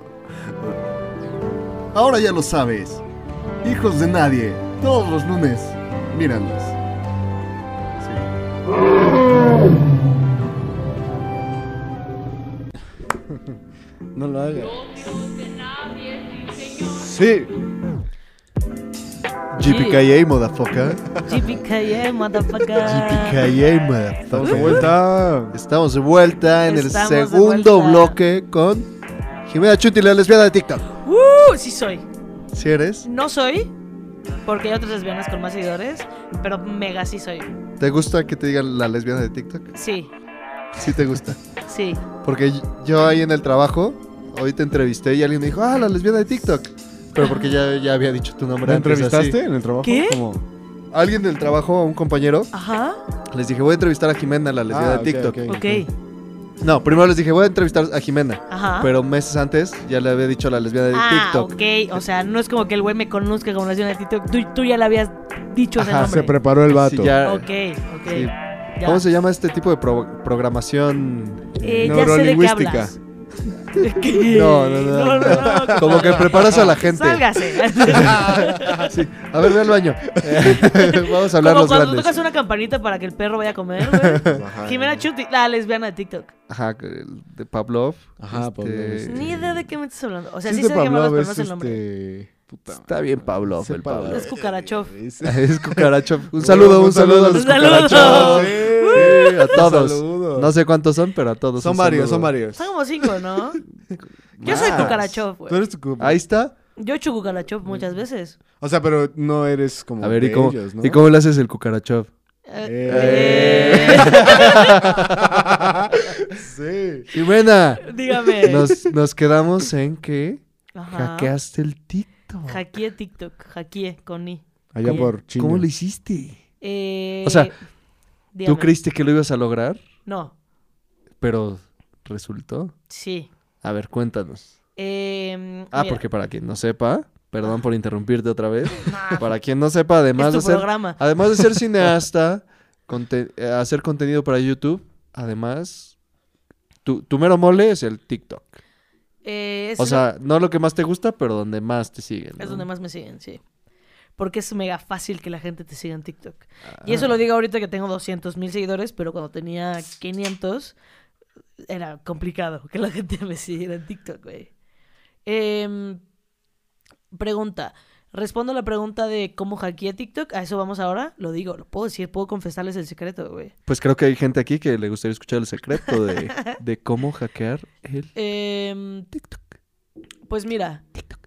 Ahora ya lo sabes. Hijos de Nadie. Todos los lunes. Míranos. No lo hagas. Sí. GPKA, motherfucker. GPKA, motherfucker. GPKA, motherfucker. Estamos de vuelta. Estamos de vuelta en Estamos el de segundo vuelta. bloque con Jimena Chunti, la lesbiana de TikTok. Sí soy. ¿Sí eres? No soy, porque hay otras lesbianas con más seguidores, pero mega sí soy. ¿Te gusta que te digan la lesbiana de TikTok? Sí, Sí te gusta. sí. Porque yo ahí en el trabajo, hoy te entrevisté y alguien me dijo, la lesbiana de TikTok. Pero porque ya había dicho tu nombre ¿La antes, entrevistaste así. en el trabajo? ¿Qué? ¿Cómo? Alguien del trabajo, un compañero, Ajá. les dije, voy a entrevistar a Jimena, la lesbiana Ah, de TikTok. Ok. No, primero les dije, voy a entrevistar a Jimena. Ajá. Pero meses antes ya le había dicho a la lesbiana de TikTok. ok. O sea, no es como que el güey me conozca como lesbiana de TikTok. Tú ya le habías dicho ese Ajá, nombre. Se preparó el vato. Sí, ya- Ok. sí. Ya. ¿Cómo se llama este tipo de programación? Ya sé de qué Neurolingüística. hablas. ¿Qué? No. Como que preparas a la gente. Sálgase. Sí. A ver, ve al baño. Vamos a hablar Como los cuando grandes. tocas una campanita para que el perro vaya a comer, güey. Jimena Chunti, la lesbiana de TikTok. Ajá, el de Pavlov. Ajá, Pavlov, Ni idea de qué me estás hablando. O sea, Sí, sí es sé de de qué me hablas, Pavlov, pero no sé el nombre. Puta Está bien Pavlov, Ese el Pavlov. Es Cucarachov. Es cucaracho. Un saludo a los Un saludo. cucarachos. Sí. Sí, a todos. Saludos. No sé cuántos son, pero a todos. Son un varios, saludo. son varios. Son como 5, ¿no? Yo soy Más. Cucarachov, Tú güey. eres tu Ahí está. Yo he hecho Cucarachov muchas veces. O sea, pero no eres como A ver, de ¿y cómo, ellos, ¿no? ¿y cómo le haces el cucarachov? Sí. Jimena, Dígame. nos quedamos en que Ajá. hackeaste el TikTok. Hackeé TikTok. Hackeé con I. Allá ¿Cómo? por China. ¿Cómo lo hiciste? Eh, O sea, ¿Tú dígame. creíste que lo ibas a lograr? No. Pero resultó. Sí. A ver, cuéntanos. Ah, Mira, porque para quien no sepa, perdón por interrumpirte otra vez. nah, Para quien no sepa, además es de tu ser, programa. además de ser cineasta, hacer contenido para YouTube, además, tu mero mole es el TikTok. Es O sea, no lo que más te gusta, pero donde más te siguen. Es ¿no? donde más me siguen, sí. Porque es mega fácil que la gente te siga en TikTok. Y eso lo digo ahorita que tengo 200,000 seguidores, pero cuando tenía 500 era complicado que la gente me siguiera en TikTok, güey. Pregunta. Respondo a la pregunta de cómo hackeé TikTok. A eso vamos ahora. Lo digo, lo puedo decir, puedo confesarles el secreto, güey. Pues creo que hay gente aquí que le gustaría escuchar el secreto de cómo hackear el TikTok. Pues mira. TikTok.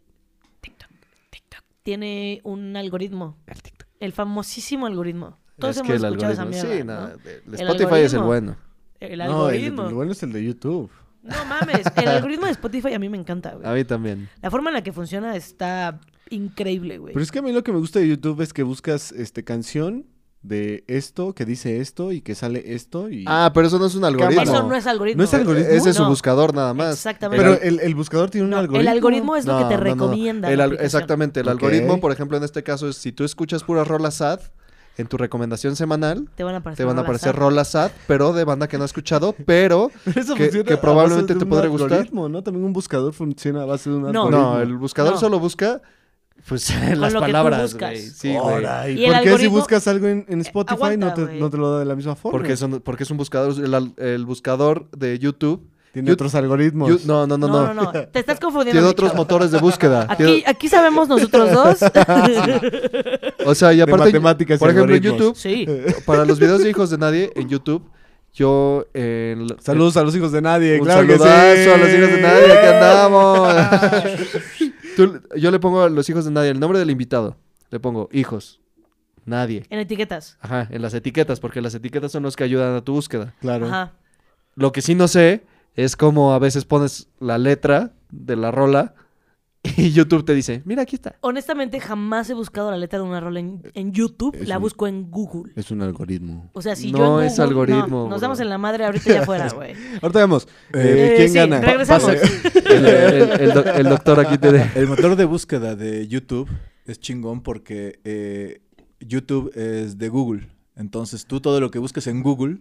Tiene un algoritmo. El famosísimo algoritmo. Todos es hemos que el escuchado esa algoritmo. mierda, Sí, ¿no? no, el El Spotify es el algoritmo. bueno. El No, algoritmo. el bueno es el de YouTube. No mames, el algoritmo de Spotify a mí me encanta, güey. A mí también. La forma en la que funciona está increíble, güey. Pero es que a mí lo que me gusta de YouTube es que buscas canción de esto, que dice esto y que sale esto y... Ah, pero eso no es un algoritmo. Eso no es algoritmo. ¿No es algoritmo? Ese es su No. buscador nada más. Exactamente. Pero el buscador tiene un No, algoritmo. el algoritmo es lo que te No, no, no. recomienda. la aplicación. Exactamente, el Ok. algoritmo, por ejemplo, en este caso es si tú escuchas puras rolas sad, en tu recomendación semanal Te van a aparecer, te van a rolas aparecer sad. rolas sad, pero de banda que no has escuchado, pero Pero eso que funciona probablemente a base de te un podría gustar. algoritmo, ¿no? También un buscador funciona a base de un No. algoritmo. no, el buscador No. solo busca pues las lo que tú palabras, buscas. güey. Sí, güey. Ahora, ¿y Y el por qué si algoritmo- buscas algo en Spotify aguanta, no güey. te lo da de la misma forma? Porque es un buscador, el buscador de YouTube. Tiene Yo- otros algoritmos. No. No. Te estás confundiendo. Tiene mi otros chavo. motores de búsqueda. Aquí sabemos nosotros dos. O sea, y De aparte, matemáticas y por ejemplo, en algoritmos. YouTube, Sí. para los videos de Hijos de Nadie, en YouTube, yo... Saludos a los hijos de nadie, Un claro que saludazo sí. a los hijos de nadie, aquí andamos. Yo le pongo a los hijos de nadie el nombre del invitado. Le pongo hijos, nadie. En etiquetas. Ajá, en las etiquetas, porque las etiquetas son los que ayudan a tu búsqueda. Claro. Ajá. Lo que sí no sé es cómo a veces pones la letra de la rola y YouTube te dice, mira, aquí está. Honestamente, jamás he buscado la letra de una rola en YouTube. Es la un- busco en Google. Es un algoritmo. O sea, si No yo en Google... es algoritmo, no, nos bro. damos en la madre ahorita ya fuera, güey. Ahorita vemos. ¿Quién sí, gana? regresamos. El doctor aquí te... El motor de búsqueda de YouTube es chingón porque YouTube es de Google. Entonces tú todo lo que busques en Google,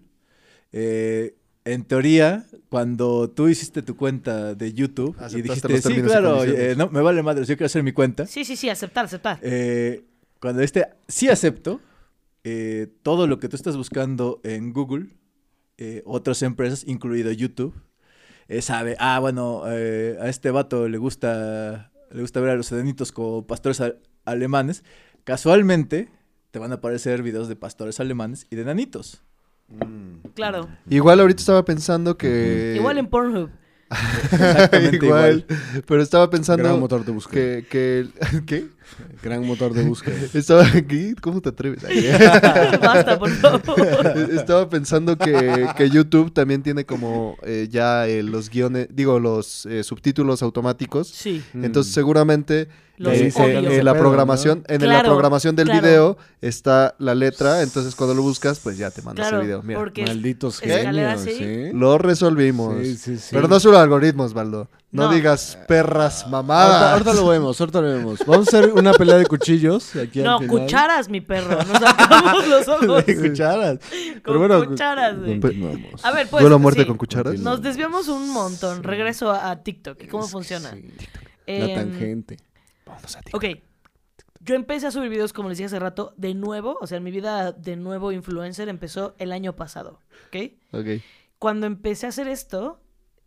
en teoría, cuando tú hiciste tu cuenta de YouTube y Aceptaste dijiste, los sí, términos y claro, condiciones". no, me vale madre, yo quiero hacer mi cuenta. Sí, aceptar. Cuando sí acepto, todo lo que tú estás buscando en Google, otras empresas, incluido YouTube, sabe, bueno, a este vato le gusta ver a los enanitos como pastores alemanes. Casualmente te van a aparecer videos de pastores alemanes y de enanitos. Claro. Igual ahorita estaba pensando que... Igual en Pornhub. Exactamente igual. Pero estaba pensando Gran motor de búsqueda. que... ¿Qué? Gran motor de búsqueda. Estaba aquí... ¿Cómo te atreves? Basta, por favor. Estaba pensando que YouTube también tiene como ya los guiones, los subtítulos automáticos. Sí. Entonces seguramente Los dice, odio. en la pedo, programación, en la Claro, programación del claro. video está la letra, entonces cuando lo buscas, pues ya te mandas Claro, el video. Mira, porque Malditos escalera, genios, sí. ¿sí? lo resolvimos. Sí. Pero no solo algoritmos, Baldo. No, No. digas perras mamadas. Ahorita lo vemos. Vamos a hacer una pelea de cuchillos aquí al No, final. cucharas, mi perro. Nos sacamos los ojos. De cucharas. Con cucharas, güey. continuamos. A ver, pues. ¿Duelo a muerte sí. con cucharas? Continúa. Nos desviamos un montón. Regreso a TikTok. ¿Y cómo Es que funciona? sí. Em, La tangente. Ok. Yo empecé a subir videos, como les dije hace rato, de nuevo. O sea, mi vida de nuevo influencer empezó el año pasado. ¿Ok? Ok. Cuando empecé a hacer esto,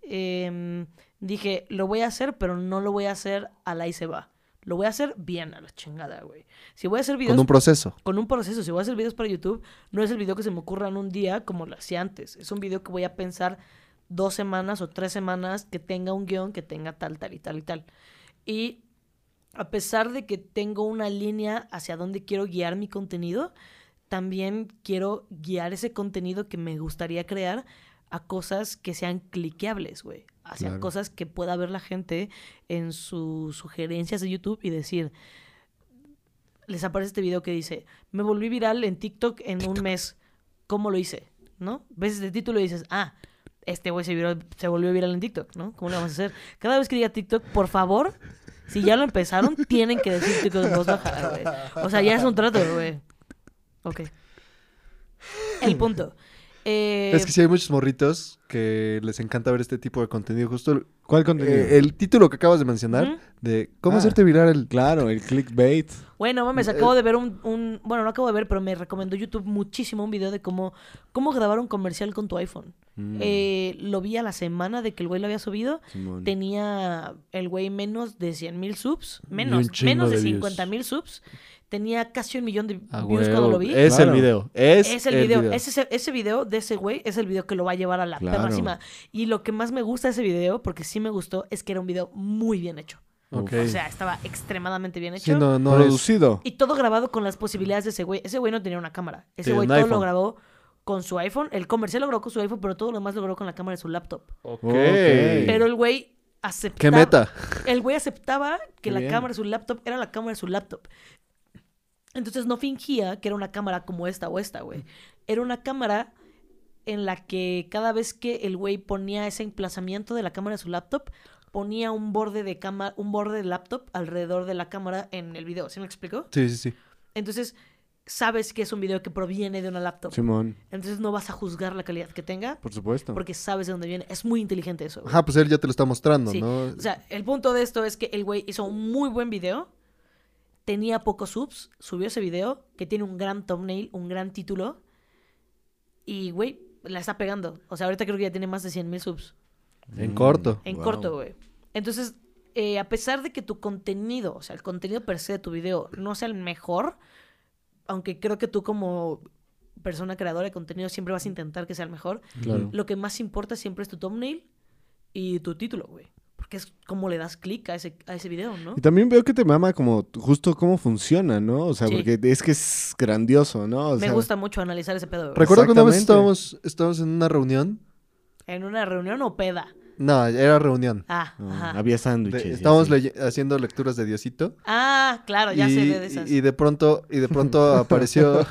dije, lo voy a hacer, pero no lo voy a hacer a la y se va. Lo voy a hacer bien a la chingada, güey. Si voy a hacer videos... Con un proceso. Con un proceso. Si voy a hacer videos para YouTube, no es el video que se me ocurra en un día como lo hacía antes. Es un video que voy a pensar 2 semanas o 3 semanas, que tenga un guión, que tenga tal y tal. Y a pesar de que tengo una línea hacia dónde quiero guiar mi contenido, también quiero guiar ese contenido que me gustaría crear a cosas que sean cliqueables, güey. Hacia Claro. cosas que pueda ver la gente en sus sugerencias de YouTube y decir... Les aparece este video que dice, me volví viral en TikTok en un mes. ¿Cómo lo hice? ¿No? Ves este título y dices, este güey se volvió viral en TikTok, ¿no? ¿Cómo lo vamos a hacer? Cada vez que diga TikTok, por favor, si ya lo empezaron, tienen que decir TikTok en voz baja, güey. O sea, ya es un trato, güey. Ok. El punto. Es que sí hay muchos morritos que les encanta ver este tipo de contenido. Justo ¿Cuál contenido? el título que acabas de mencionar, Ujú. de cómo hacerte viral el... Claro, el clickbait. Bueno, mames, acabo de ver bueno, no acabo de ver, pero me recomendó YouTube muchísimo un video de cómo grabar un comercial con tu iPhone. Lo vi a la semana de que el güey lo había subido. Simón. Tenía el güey menos de 100,000 subs. un Menos chingo de de views. 50,000 subs. Tenía casi 1 millón de Ah, views huevo. cuando lo vi. Es Claro. el video. Es el video. Ese video de ese güey es el video que lo va a llevar a la Claro. perra cima. Y lo que más me gusta de ese video, porque sí me gustó, es que era un video muy bien hecho. Ok. O sea, estaba extremadamente bien hecho. Sí, no es... Producido. Y todo grabado con las posibilidades de ese güey. Ese güey no tenía una cámara. Ese Tiene güey un todo lo iPhone. grabó con su iPhone. El comercial lo grabó con su iPhone, pero todo lo demás lo grabó con la cámara de su laptop. Ok. Pero el güey aceptaba... ¿Qué meta? El güey aceptaba que Qué la bien. cámara de su laptop era la cámara de su laptop. Entonces no fingía que era una cámara como esta o esta, güey. Era una cámara en la que cada vez que el güey ponía ese emplazamiento de la cámara de su laptop, ponía un borde de laptop alrededor de la cámara en el video. ¿Sí me explico? Sí, sí, sí. Entonces, sabes que es un video que proviene de una laptop. Simón, Entonces no vas a juzgar la calidad que tenga por supuesto. porque sabes de dónde viene. Es muy inteligente eso, güey. Ajá, pues él ya te lo está mostrando, Sí. ¿no? O sea, el punto de esto es que el güey hizo un muy buen video, tenía pocos subs, subió ese video, que tiene un gran thumbnail, un gran título, y, güey, la está pegando. O sea, ahorita creo que ya tiene más de 100,000 subs. En corto. En Wow. corto, güey. Entonces, a pesar de que tu contenido, o sea, el contenido per se de tu video no sea el mejor, aunque creo que tú como persona creadora de contenido siempre vas a intentar que sea el mejor, Claro. lo que más importa siempre es tu thumbnail y tu título, güey. Porque es como le das clic a ese video, ¿no? Y también veo que te mama como justo cómo funciona, ¿no? O sea, Sí. porque es que es grandioso, ¿no? O Me sea, gusta mucho analizar ese pedo, güey. Recuerdo que una vez Exactamente. estábamos en una reunión. ¿En una reunión o peda? No, era reunión. Ah, Ah, ajá. había sándwiches. y Estábamos así. haciendo lecturas de Diosito. Ah, claro, ya sé de esas. Y de pronto apareció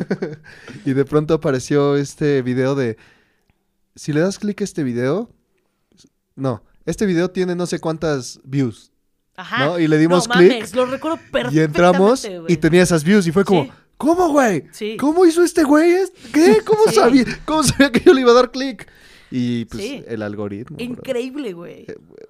y de pronto apareció este video de si le das clic a este video, no, este video tiene no sé cuántas views, Ajá. ¿no? Y le dimos no, clic mames, lo recuerdo y perfectamente, entramos güey. y tenía esas views y fue como, Sí. ¿cómo, güey? Sí. ¿Cómo hizo este güey? ¿Qué? ¿Cómo Sí. sabía? ¿Cómo sabía que yo le iba a dar clic? Y pues Sí. el algoritmo. bro. Increíble, güey.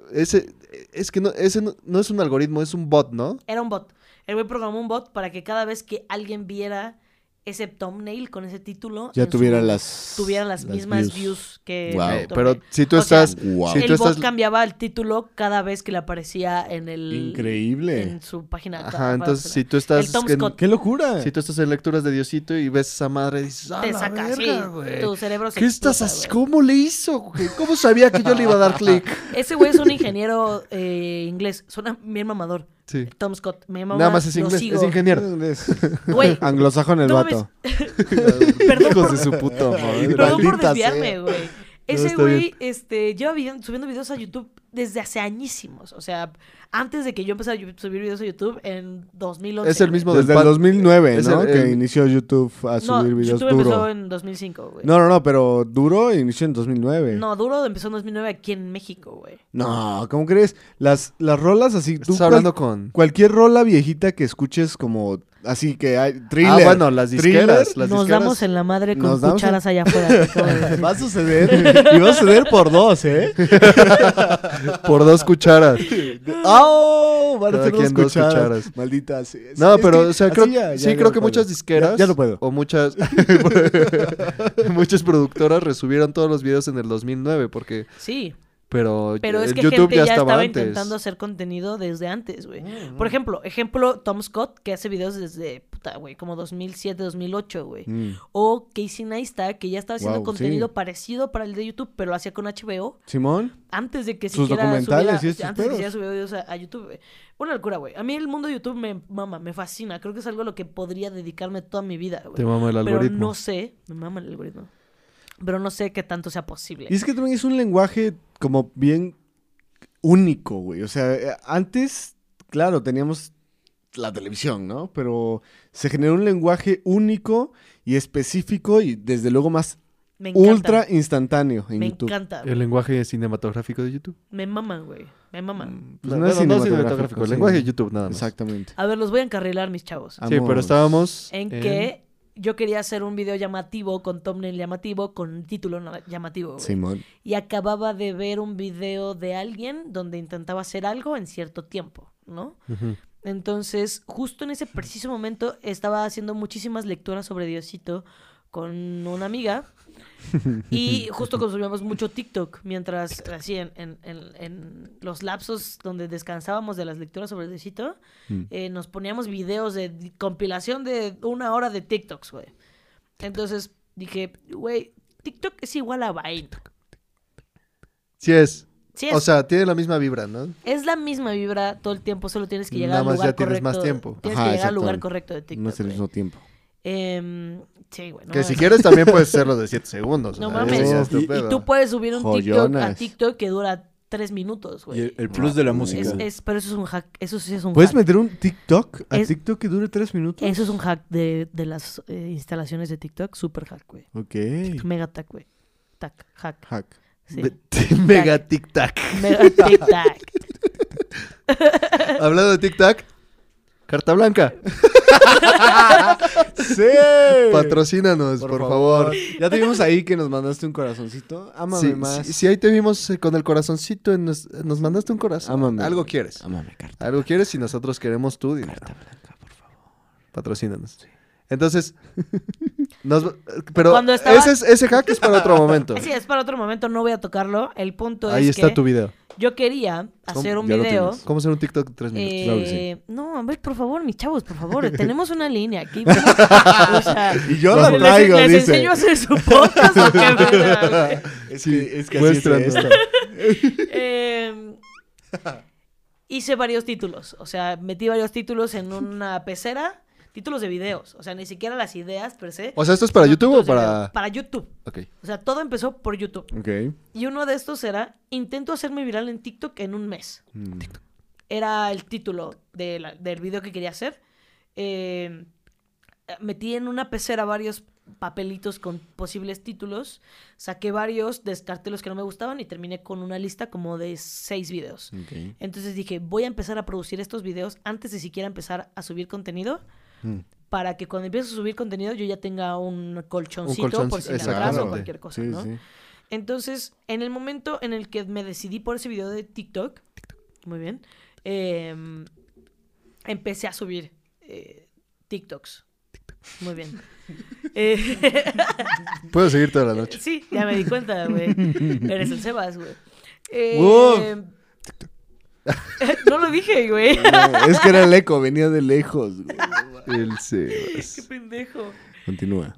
Es que ese no es un algoritmo, es un bot, ¿no? Era un bot. El güey programó un bot para que cada vez que alguien viera ese thumbnail con ese título... Ya en tuviera su- las... tuviera las mismas views. views que... Wow. el Pero thumbnail. si tú O sea, estás... Wow. si el tú bot estás... cambiaba el título cada vez que le aparecía en el... Increíble. En su página. Ajá, entonces si tú estás... El Tom en- Scott. ¡Qué locura! Si tú estás en lecturas de Diosito y ves esa madre y dices, ¡ah, Te la saca, verga, sí. güey! Tu cerebro se ¿Qué estás explota, haciendo? güey. ¿Cómo le hizo, güey? ¿Cómo sabía que yo le iba a dar clic? Ese güey es un ingeniero inglés. Suena bien mamador. Sí. Tom Scott. Me mama, Nada más es lo inglés, sigo. es ingeniero. Güey, Anglosajón el no vato. perdón Hijos por, de su puta madre. perdón por Maldita desviarme, sea. güey. Ese está güey lleva subiendo videos a YouTube desde hace añísimos. O sea, antes de que yo empezara a subir videos a YouTube en 2011. Es el güey. mismo Desde el del 2009, es ¿no? el- Que el- inició YouTube a No, subir videos YouTube empezó duro. en 2005, güey. No, pero duro inició en 2009. No, Duro empezó en 2009 aquí en México, güey. No, ¿cómo crees? Las rolas así... Estás tú hablando con... Cualquier rola viejita que escuches como... Así que hay... Thriller. Ah, bueno, las disqueras. Las Nos disqueras. damos en la madre con Nos damos cucharas allá afuera. te acabo de decir. Va a suceder. Y va a suceder por dos, ¿eh? Por 2 cucharas. ¡Oh! Van a Cada ser dos quien dos cucharas. cucharas. Malditas. No, Es pero, que o sea, así creo, ya sí, no creo que puedo. muchas disqueras... Ya no puedo. O muchas... muchas productoras resubieron todos los videos en el 2009 porque... Sí, Pero, pero es el que YouTube gente ya ya estaba estaba antes. intentando hacer contenido desde antes, güey. Por ejemplo, Tom Scott, que hace videos desde, puta, güey, como 2007, 2008, güey. Mm. O Casey Neistat, que ya estaba haciendo Wow, contenido sí. parecido para el de YouTube, pero lo hacía con HBO. ¿Simón? Antes de que Sus siquiera documentales subiera, y estos antes de que pedos. siquiera subiera videos a YouTube, güey. Una locura, güey. A mí el mundo de YouTube me mama, me fascina. Creo que es algo a lo que podría dedicarme toda mi vida, güey. Te mama el Pero algoritmo. no sé, me mama el algoritmo. Pero no sé qué tanto sea posible. Y es que también es un lenguaje como bien único, güey. O sea, antes, claro, teníamos la televisión, ¿no? Pero se generó un lenguaje único y específico y desde luego más Me encanta. ultra instantáneo en Me YouTube. encanta. El lenguaje cinematográfico de YouTube. Me maman, güey. Me maman. Pues no es cinematográfico, el sí. lenguaje de YouTube nada más. Exactamente. A ver, los voy a encarrilar, mis chavos. Sí, pero Vamos. estábamos... En que yo quería hacer un video llamativo, con thumbnail llamativo, con título llamativo, güey. Simón. Y acababa de ver un video de alguien donde intentaba hacer algo en cierto tiempo, ¿no? Ujú. Entonces, justo en ese preciso momento, estaba haciendo muchísimas lecturas sobre Diosito con una amiga. Y justo consumíamos mucho TikTok mientras, así, en los lapsos donde descansábamos de las lecturas sobre Diosito, nos poníamos videos de compilación de 1 hora de TikToks, güey. Entonces dije, güey, TikTok es igual a Vine. Sí es. Sí, O sea, tiene la misma vibra, ¿no? es la misma vibra todo el tiempo, solo tienes que llegar Nada al más lugar ya tienes correcto. más tiempo. Tienes Ajá, que llegar al lugar exactamente. correcto de TikTok. No es al güey. mismo tiempo. Sí, güey. Que si quieres también puedes hacerlo de 7 segundos. No o sea, mames. ese ya es tu Y pedo. tú puedes subir un TikTok a Joyonas. TikTok que dura 3 minutos, Y güey. el plus de la música. Pero eso es un hack. Eso sí es un ¿Puedes hack. meter un TikTok a Es- TikTok que dure 3 minutos? Eso es un hack de las instalaciones de TikTok. Super hack, güey. Ok. Mega tac, güey. Tac, hack. Hack. Sí. Mega tic-tac. Mega tic tac. Hablando de tic-tac, carta blanca. ¡Sí! Patrocínanos, por favor. Ya te vimos ahí que nos mandaste un corazoncito. Ámame Sí, más. sí, ahí te vimos con el corazoncito, nos mandaste un corazón. Ámame. Algo quieres. Ámame, carta. Algo quieres y nosotros queremos tu dinero. Carta blanca, por favor. Patrocínanos. Entonces, pero Cuando estaba- ese hack es para otro momento. Sí, es para otro momento. No voy a tocarlo. El punto Ahí es está que tu video. yo quería hacer un Ya lo video. tienes. ¿Cómo hacer un TikTok de 3 minutos? Claro que No, a ver, por favor, mis chavos, por favor. Tenemos una línea aquí. O sea, Y yo la les- traigo, les dice. enseño a hacer su podcast o qué verga, güey? Es Sí, que así muéstranos. es esto. Hice varios títulos. O sea, metí varios títulos en una pecera. Títulos de videos. O sea, ni siquiera las ideas per se. O sea, ¿esto es para sino YouTube o títulos de para...? video. Para YouTube. Ok. O sea, todo empezó por YouTube. Ok. Y uno de estos era, intento hacerme viral en TikTok en un mes. Mm. Era el título del video que quería hacer. Metí en una pecera varios papelitos con posibles títulos. Saqué varios, descarté los que no me gustaban y terminé con una lista como de 6 videos. Ok. Entonces dije, voy a empezar a producir estos videos antes de siquiera empezar a subir contenido. Mm. Para que cuando empiece a subir contenido yo ya tenga un colchoncito colchón, por si me exactamente. atraso o cualquier cosa, Sí, ¿no? sí. Entonces, en el momento en el que me decidí por ese video de TikTok, muy bien, empecé a subir TikToks. Muy bien. Puedo seguir toda la noche. Sí, ya me di cuenta, güey. Eres el Sebas, güey. Wow. No lo dije, güey. No, es que era el eco, venía de lejos. Güey. El Qué Sebas. pendejo. Continúa.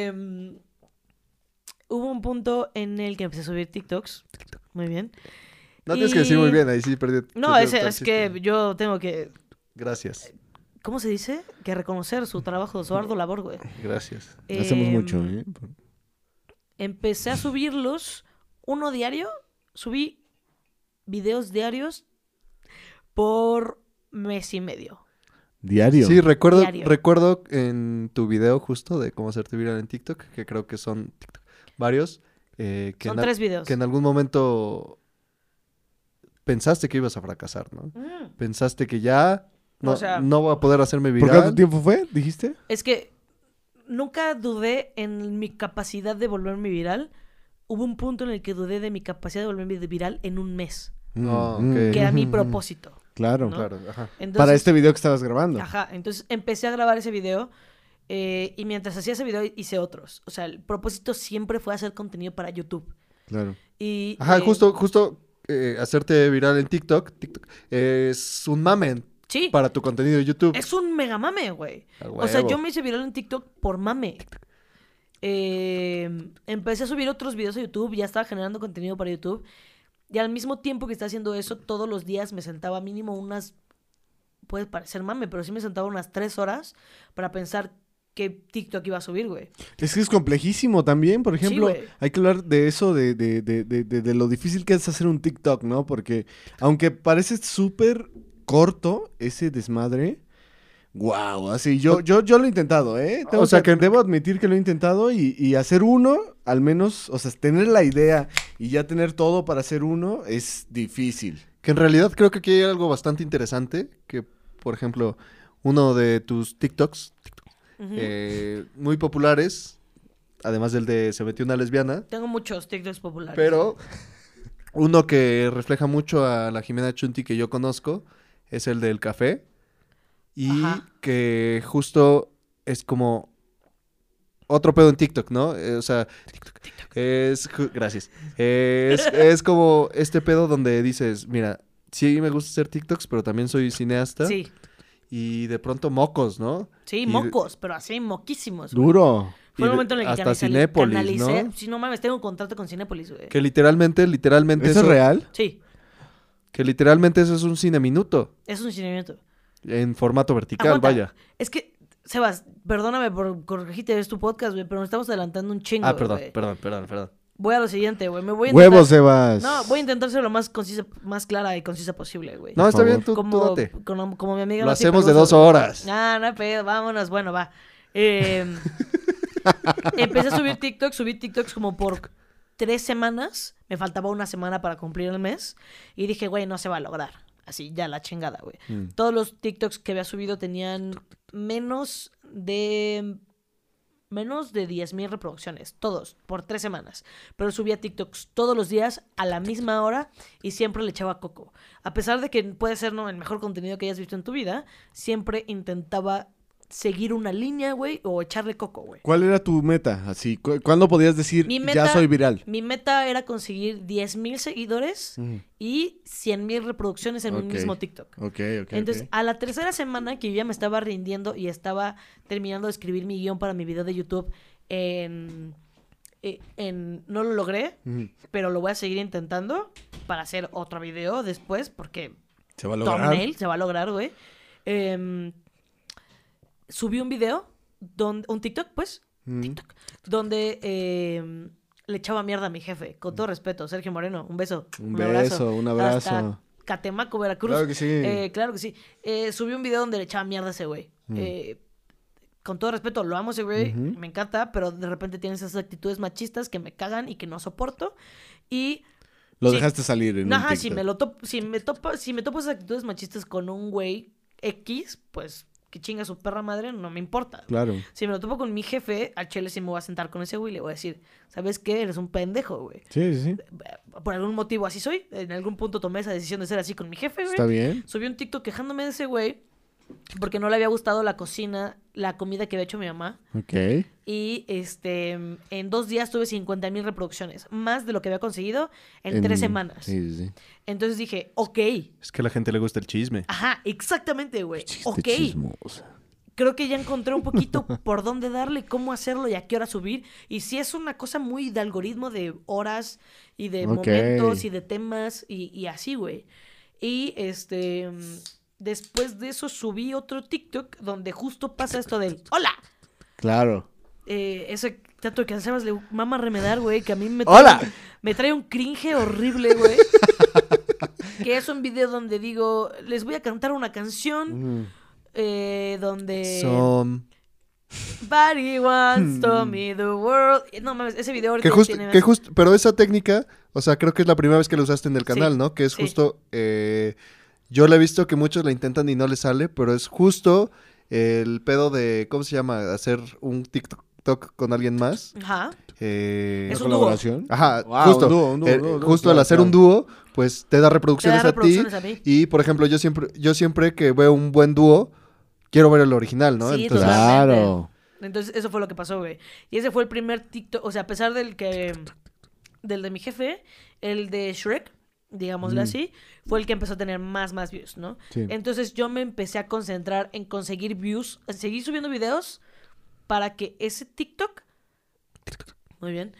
Hubo un punto en el que empecé a subir TikToks. Muy bien. No tienes que decir muy bien, ahí sí perdí. No, perdí es todo el que chiste. yo tengo que... Gracias, ¿Cómo se dice? Que reconocer su trabajo, su arduo labor, güey. gracias. Hacemos mucho, Em, ¿eh? Empecé a subirlos uno diario. Subí videos diarios por mes y medio. Diario. Sí, Diario. recuerdo en tu video justo de cómo hacerte viral en TikTok, que creo que son varios, que, Son en, 3 videos. que en algún momento pensaste que ibas a fracasar, ¿no? Pensaste que ya no, O sea, no voy a poder hacerme ¿Por viral. cuánto tiempo fue? ¿Dijiste? Es que nunca dudé en mi capacidad de volverme viral. Hubo un punto en el que dudé de mi capacidad de volverme viral en un mes. Ah, Mm, ok. Que era mi mm, propósito. Claro. ¿no? Claro, ajá. Entonces, Para este video que estabas grabando. Ajá, entonces empecé a grabar ese video y mientras hacía ese video hice otros. O sea, el propósito siempre fue hacer contenido para YouTube. Claro. Y, Ajá, justo hacerte viral en TikTok es un mame Sí, para tu contenido de YouTube. es un mega mame, güey. A O sea, huevo. yo me hice viral en TikTok por mame. Empecé a subir otros videos a YouTube, ya estaba generando contenido para YouTube. Y al mismo tiempo que estaba haciendo eso, todos los días me sentaba mínimo unas... Puede parecer mame, pero sí me sentaba unas 3 horas para pensar qué TikTok iba a subir, güey. Es que es complejísimo también, por ejemplo, güey. hay que hablar de eso, de lo difícil que es hacer un TikTok, ¿no? Porque aunque parece súper corto ese desmadre, wow, así, yo lo he intentado, ¿eh? O sea que- debo admitir que lo he intentado y hacer uno, al menos, o sea, tener la idea y ya tener todo para hacer uno es difícil. Que en realidad creo que aquí hay algo bastante interesante, que por ejemplo, uno de tus TikToks Ujú. muy populares, además del de se metió una lesbiana, Tengo muchos TikToks populares. pero uno que refleja mucho a la Jimena Chunti que yo conozco es el del café y Ajá. que justo es como otro pedo en TikTok, ¿no? O sea, gracias. Es como este pedo donde dices, mira, sí me gusta hacer TikToks, pero también soy cineasta. Sí, Y de pronto mocos, ¿no? sí, Y mocos, pero así moquísimos, güey. Duro. Fue y el momento en el que hasta Cinépolis, ¿no? Sí, no mames, tengo un contrato con Cinépolis, güey. Que literalmente ¿Eso es real? Sí, Que literalmente eso es un cine minuto. es un cineamiento. En formato vertical, Aguanta. vaya. Es que, Sebas, perdóname por corregirte, es tu podcast, güey, pero nos estamos adelantando un chingo, Ah, perdón, güey. perdón. Voy a lo siguiente, güey. Me voy a Huevos, intentar... Sebas. No, voy a intentar ser lo más concisa, más clara y concisa posible, güey. No, está favor. bien, tú como, date. como mi amiga Lo Nati hacemos de Peluso. 2 horas. Ah, no hay pedo, vámonos, bueno, va. Empecé a subí TikToks como por 3 semanas. Me faltaba una semana para cumplir el mes. Y dije, güey, no se va a lograr. Así, ya la chingada, güey. Todos los TikToks que había subido tenían menos de 10,000 reproducciones. Todos, por 3 semanas. Pero subía TikToks todos los días a la misma hora y siempre le echaba coco. A pesar de que puede ser el mejor contenido que hayas visto en tu vida, siempre intentaba seguir una línea, güey, o echarle coco, güey. ¿Cuál era tu meta? Así, ¿cuándo podías decir, Mi ya meta- soy viral? Mi meta era conseguir 10,000 seguidores y 100,000 reproducciones en un Ok. mismo TikTok. Ok. Entonces, a la tercera semana que yo ya me estaba rindiendo y estaba terminando de escribir mi guión para mi video de YouTube no lo logré, pero lo voy a seguir intentando para hacer otro video después porque Se va a lograr. thumbnail se va a lograr, güey. Subí un video, un TikTok, pues, TikTok, donde le echaba mierda a mi jefe, con todo respeto, Sergio Moreno, un beso, Un abrazo. Hasta Catemaco, Veracruz. Claro que sí. Claro que sí. Subí un video donde le echaba mierda a ese güey. Con todo respeto, lo amo ese güey, me encanta, pero de repente tiene esas actitudes machistas que me cagan y que no soporto. Y Lo sí. dejaste salir en un Ajá, TikTok. si me topo esas actitudes machistas con un güey X, pues que chinga su perra madre, no me importa. Claro. Si me lo topo con mi jefe, al chile sí me voy a sentar con ese güey y le voy a decir, ¿sabes qué? Eres un pendejo, güey. Sí. Por algún motivo así soy. En algún punto tomé esa decisión de ser así con mi jefe, güey. Está bien. Subí un TikTok quejándome de ese güey porque no le había gustado la comida que había hecho mi mamá. Ok. Y en 2 días tuve 50,000 reproduccciones. Más de lo que había conseguido en 3 semanas. Sí. Entonces dije, ok. Es que a la gente le gusta el chisme. Ajá, exactamente, güey. Ok. Chismosa. Creo que ya encontré un poquito por dónde darle, cómo hacerlo y a qué hora subir. Y sí es una cosa muy de algoritmo de horas y de Ok. momentos y de temas y así, güey. Y después de eso subí otro TikTok donde justo pasa esto del ¡Hola! Claro. Ese tanto que a Sebas le mama remedar, güey, que a mí ¡Hola! me trae un cringe horrible, güey. Que es un video donde digo, les voy a cantar una canción donde... Body wants to me the world. No mames, ese video ahorita tiene más- Pero esa técnica, o sea, creo que es la primera vez que la usaste en el canal, Sí, ¿no? Que es sí. justo, yo la he visto que muchos la intentan y no les sale, pero es justo el pedo de, ¿cómo se llama? Hacer un TikTok con alguien más. Ajá. Es un dúo. ¿Colaboración? Ajá, Wow, justo. un dúo, Justo claro, al hacer claro. un dúo, pues te da Te da reproducciones reproducciones a a mí. ti. Y, por ejemplo, yo siempre que veo un buen dúo, quiero ver el original, ¿no? Sí, Entonces, totalmente. Claro. Entonces, eso fue lo que pasó, güey. Y ese fue el primer TikTok, o sea, a pesar del de mi jefe, el de Shrek, digámosle así, fue el que empezó a tener más views, ¿no? Sí. Entonces yo me empecé a concentrar en conseguir views, en seguir subiendo videos para que ese TikTok, muy bien,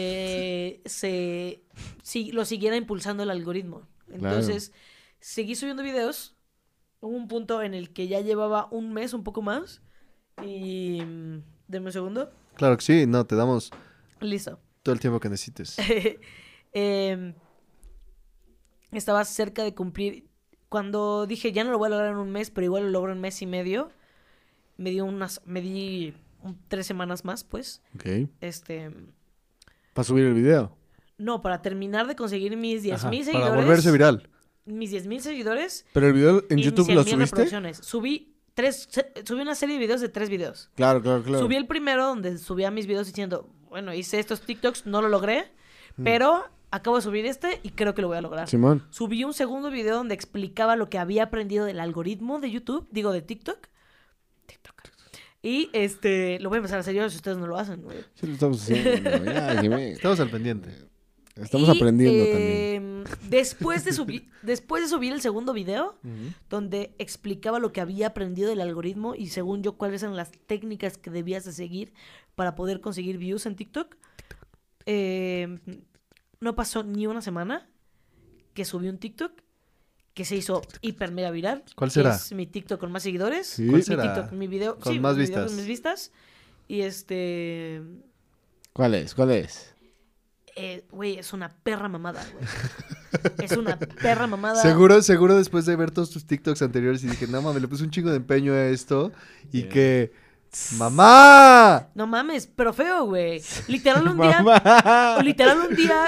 lo siguiera impulsando el algoritmo. Entonces, seguí subiendo videos. Hubo un punto en el que ya llevaba un mes, un poco más. Y... Deme un segundo. claro que sí, no, te damos Listo. todo el tiempo que necesites. Estaba cerca de cumplir. Cuando dije, ya no lo voy a lograr en un mes, pero igual lo logro en mes y medio, me di 3 semanas más, pues. Ok. Para subir el video. No, para terminar de conseguir mis 10,000 Ajá, seguidores. para volverse viral. Mis 10,000 seguidores. Pero el video en y YouTube mis lo 100,000 subiste. reproducciones. Subí una serie de videos de 3 videos. Claro. Subí el primero donde subía mis videos diciendo, bueno, hice estos TikToks, no lo logré, pero acabo de subir y creo que lo voy a lograr. Simón. Subí un segundo video donde explicaba lo que había aprendido del algoritmo de YouTube, digo, de TikTok. Y lo voy a empezar a hacer yo si ustedes no lo hacen, güey. Sí, lo estamos haciendo. Ya, Jimmy. Estamos al pendiente. Estamos Y, aprendiendo también. Después de subir el segundo video, donde explicaba lo que había aprendido del algoritmo y según yo cuáles eran las técnicas que debías de seguir para poder conseguir views en TikTok, no pasó ni una semana que subí un TikTok que se hizo hiper mega viral. ¿Cuál que será? Es mi TikTok con más seguidores. Sí. Mi ¿Cuál será? TikTok, mi video. Con sí, más mi video vistas. con mis vistas. Y ¿Cuál es? güey, es una perra mamada, güey. Es una perra mamada. Seguro después de ver todos tus TikToks anteriores y dije, no mames, le puse un chingo de empeño a esto y que... ¡Mamá! No mames, pero feo, güey. Literal un día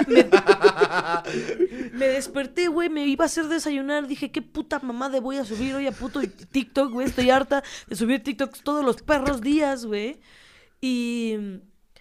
me desperté, güey, me iba a hacer desayunar. Dije, ¿qué puta mamada voy a subir hoy a puto TikTok, güey? Estoy harta de subir TikToks todos los perros días, güey. Y...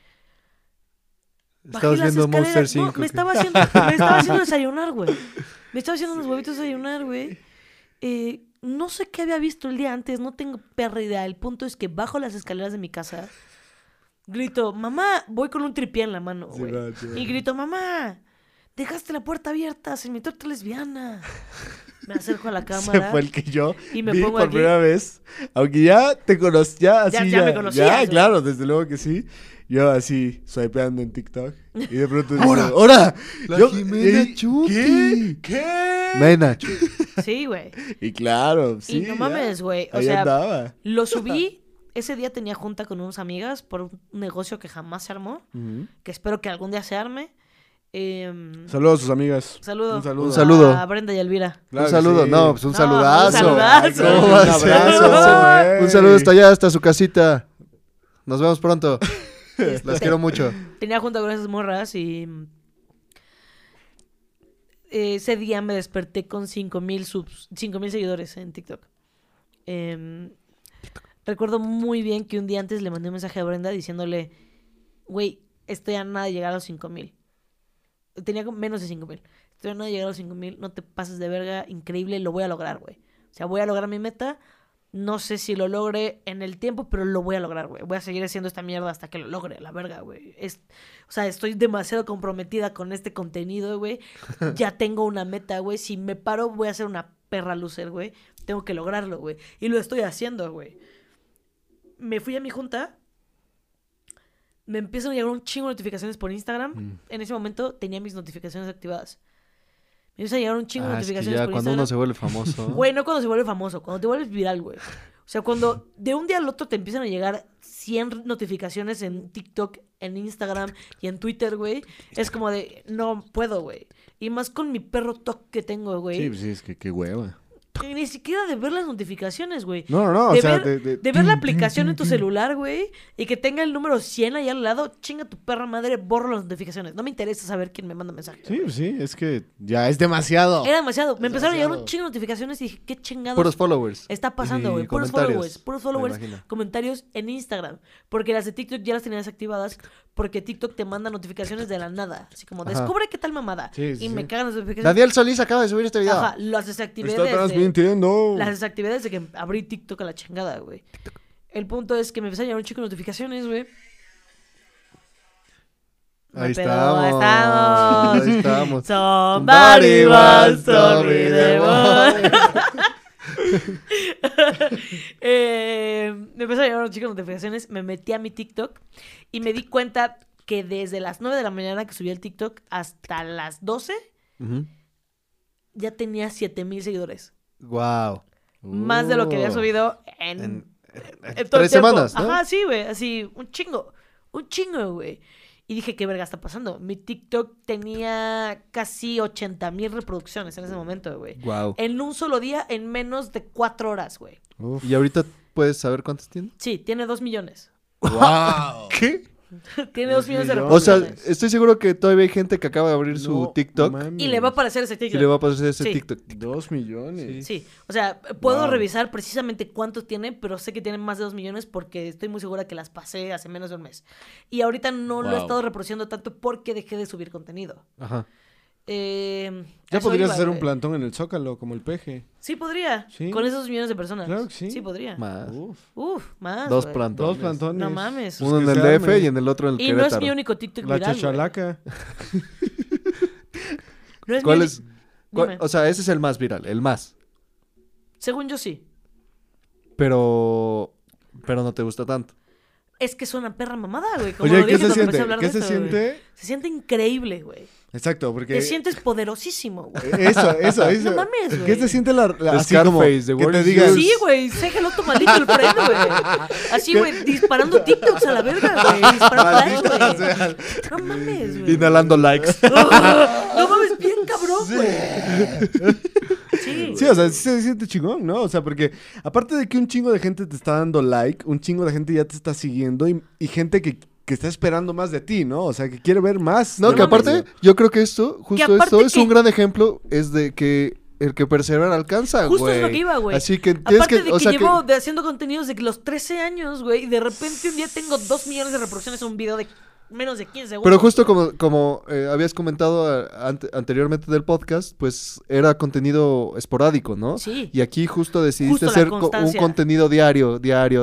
Estabas viendo Monster 5. No, me estaba haciendo desayunar, güey. Me estaba haciendo unos huevitos de desayunar, güey. No sé qué había visto el día antes, no tengo perra idea. El punto es que bajo las escaleras de mi casa, grito, mamá, voy con un tripié en la mano, güey. Y grito, mamá, dejaste la puerta abierta, se me torta lesbiana. Me acerco a la cámara. Ese fue el que yo y me vi pongo por aquí. primera vez. Aunque ya te conocía, así Ya me conocías, Ya, güey. claro, desde luego que sí. Yo así, swipeando en TikTok. Y de pronto digo, ¡Ahora! La Jimena Chuti. ¿Qué? Mena. Sí, güey. Y claro, sí. Y no mames, güey. O Ahí sea, andaba. lo subí. Ese día tenía junta con unas amigas por un negocio que jamás se armó. Ujú. Que espero que algún día se arme. Saludos a sus amigas. Saludo. Un saludo. Un saludo. A Brenda y Elvira. Claro Un que saludo, sí. no, pues un No, saludazo. un saludazo. ¿Cómo va a Un ser? abrazo, güey. Un saludo hasta allá, hasta su casita. Nos vemos pronto. Las quiero mucho. Tenía junta con esas morras y... ese día me desperté con 5,000 seguidores en TikTok. Recuerdo muy bien que un día antes le mandé un mensaje a Brenda diciéndole, güey, estoy a nada de llegar a los 5,000. Tenía menos de 5,000. Estoy a nada de llegar a los 5,000. No te pases de verga, increíble, lo voy a lograr, güey. O sea, voy a lograr mi meta. No sé si lo logre en el tiempo, pero lo voy a lograr, güey. Voy a seguir haciendo esta mierda hasta que lo logre, la verga, güey. O sea, estoy demasiado comprometida con este contenido, güey. Ya tengo una meta, güey. Si me paro, voy a ser una perra loser, güey. Tengo que lograrlo, güey. Y lo estoy haciendo, güey. Me fui a mi junta. Me empiezan a llegar un chingo de notificaciones por Instagram. En ese momento tenía mis notificaciones activadas. Me empiezan a llegar un chingo de Es que notificaciones ya por cuando Instagram. uno se vuelve famoso. Güey, no cuando se vuelve famoso, cuando te vuelves viral, güey. O sea, cuando de un día al otro te empiezan a llegar 100 notificaciones en TikTok, en Instagram y en Twitter, güey. Es como de, no puedo, güey. Y más con mi perro TOC que tengo, güey. Sí, pues sí, es que qué hueva. Ni siquiera de ver las notificaciones, güey. No, De o sea, ver, de ver la aplicación en tu celular, güey, y que tenga el número 100 ahí al lado, chinga tu perra madre, borro las notificaciones. No me interesa saber quién me manda mensajes. Sí, pues sí, es que ya es demasiado. Era demasiado. Me empezaron a llegar un demasiado. chingo de notificaciones y dije, ¿qué chingados Puros followers. está pasando, Y güey? Puros comentarios, followers, me imagino. comentarios en Instagram. Porque las de TikTok ya las tenía desactivadas porque TikTok te manda notificaciones de la nada. Así como, Ajá. descubre qué tal mamada. Sí, sí, y me sí. cagan las notificaciones. Daniel Solís acaba de subir este video. Ajá, las desactivé Está desde... transmitiendo. Las desactivé desde que abrí TikTok a la chingada, güey. El punto es que me empezó a llegar un chico de notificaciones, güey. Ahí Pero estamos. estamos. Ahí estamos. Somebody once told me they would. Me empezó a llegar un chico de notificaciones, me metí a mi TikTok y me di cuenta que desde las 9 de la mañana que subí el TikTok hasta las 12 Ujú. ya tenía 7,000 seguidores. Wow. Más de lo que había subido en En todo el 3 tiempo. semanas, ¿no? Ajá, sí, güey, así, un chingo, güey. Y dije, ¿qué verga está pasando? Mi TikTok tenía casi 80,000 reproducciones en ese momento, güey. Wow. En un solo día, en menos de 4 horas, güey. Uf. ¿Y ahorita puedes saber cuántos tiene? Sí, tiene 2 millones. ¡Wow! ¿Qué? Tiene 2 millones de millones. O sea, reproducciones. estoy seguro que todavía hay gente que acaba de abrir su No TikTok mames. Y le va a aparecer ese y TikTok. le va a aparecer ese Sí. TikTok. 2 millones. Sí, o sea, puedo Wow. revisar precisamente cuántos tiene, pero sé que tiene más de 2 millones porque estoy muy segura que las pasé hace menos de un mes. Y ahorita no lo he Wow. estado reproduciendo tanto porque dejé de subir contenido. Ajá. A Ya eso podrías iba, hacer un güey. plantón en el Zócalo, como el peje. Sí, podría. Sí. Con esos millones de personas. Claro que sí. Sí, podría. Más. Uf. Más. 2 güey. plantones. 2 plantones. No mames. Uno en que el se DF arme. y en el otro en el Y no es Querétaro. mi único TikTok La viral, güey. chachalaca. No es ¿Cuál mi es? uni- ¿Cuál- Dime. O sea, ese es el más viral, el más. Según yo sí. Pero no te gusta tanto. Es que es una perra mamada, güey. Como Oye, lo ¿qué dije se cuando empecé siente? a hablar ¿Qué de se esto, güey. siente? Se siente increíble, güey. Exacto, porque... Te sientes poderosísimo, güey. Eso. No mames, güey. ¿Qué se siente así Scarface, como The que World te is digan... yours. Sí, güey, say hello to my little friend, güey. Así, güey, disparando TikToks a la verga, güey. Disparando likes, Maldita güey. sea. No mames, güey. Inhalando likes. No mames, bien cabrón, güey. Sí. Sí, o sea, sí se siente chingón, ¿no? O sea, porque aparte de que un chingo de gente te está dando like, un chingo de gente ya te está siguiendo y gente que está esperando más de ti, ¿no? O sea, que quiere ver más. No, de que lo aparte, mismo. yo creo que esto, Que justo aparte esto, es que- un gran ejemplo, es de que el que persevera alcanza, güey. Justo es lo que iba, güey. Así que tienes Aparte que, de o que sea, llevo haciendo contenidos de los 13 años, güey, y de repente un día tengo 2 millones de reproducciones en un video de menos de 15 segundos. Pero justo como habías comentado anteriormente del podcast, pues era contenido esporádico, ¿no? Sí. Y aquí justo decidiste Justo la hacer un constancia. contenido diario,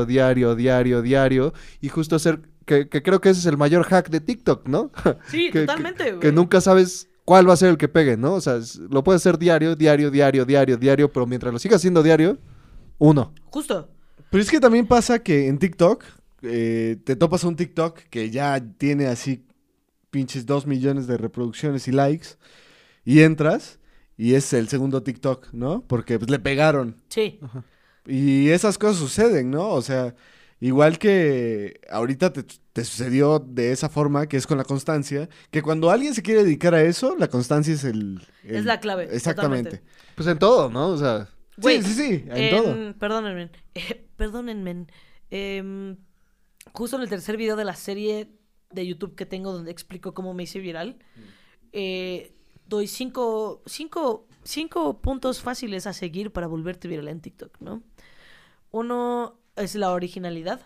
y justo hacer, que creo que ese es el mayor hack de TikTok, ¿no? Sí, que, totalmente, güey. que nunca sabes cuál va a ser el que pegue, ¿no? O sea, lo puedes hacer diario, pero mientras lo sigas haciendo diario, uno. Justo. Pero es que también pasa que en TikTok te topas a un TikTok que ya tiene así pinches 2 millones de reproducciones y likes y entras y es el segundo TikTok, ¿no? Porque pues, le pegaron. Sí. Y esas cosas suceden, ¿no? O sea, igual que ahorita te sucedió de esa forma, que es con la constancia, que cuando alguien se quiere dedicar a eso, la constancia es Es la clave, Exactamente. totalmente. Pues en todo, ¿no? O sea, Güey, sí, en todo. Perdónenme. Perdónenme. Justo en el tercer video de la serie de YouTube que tengo donde explico cómo me hice viral, doy 5 puntos fáciles a seguir para volverte viral en TikTok, ¿no? Uno es la originalidad.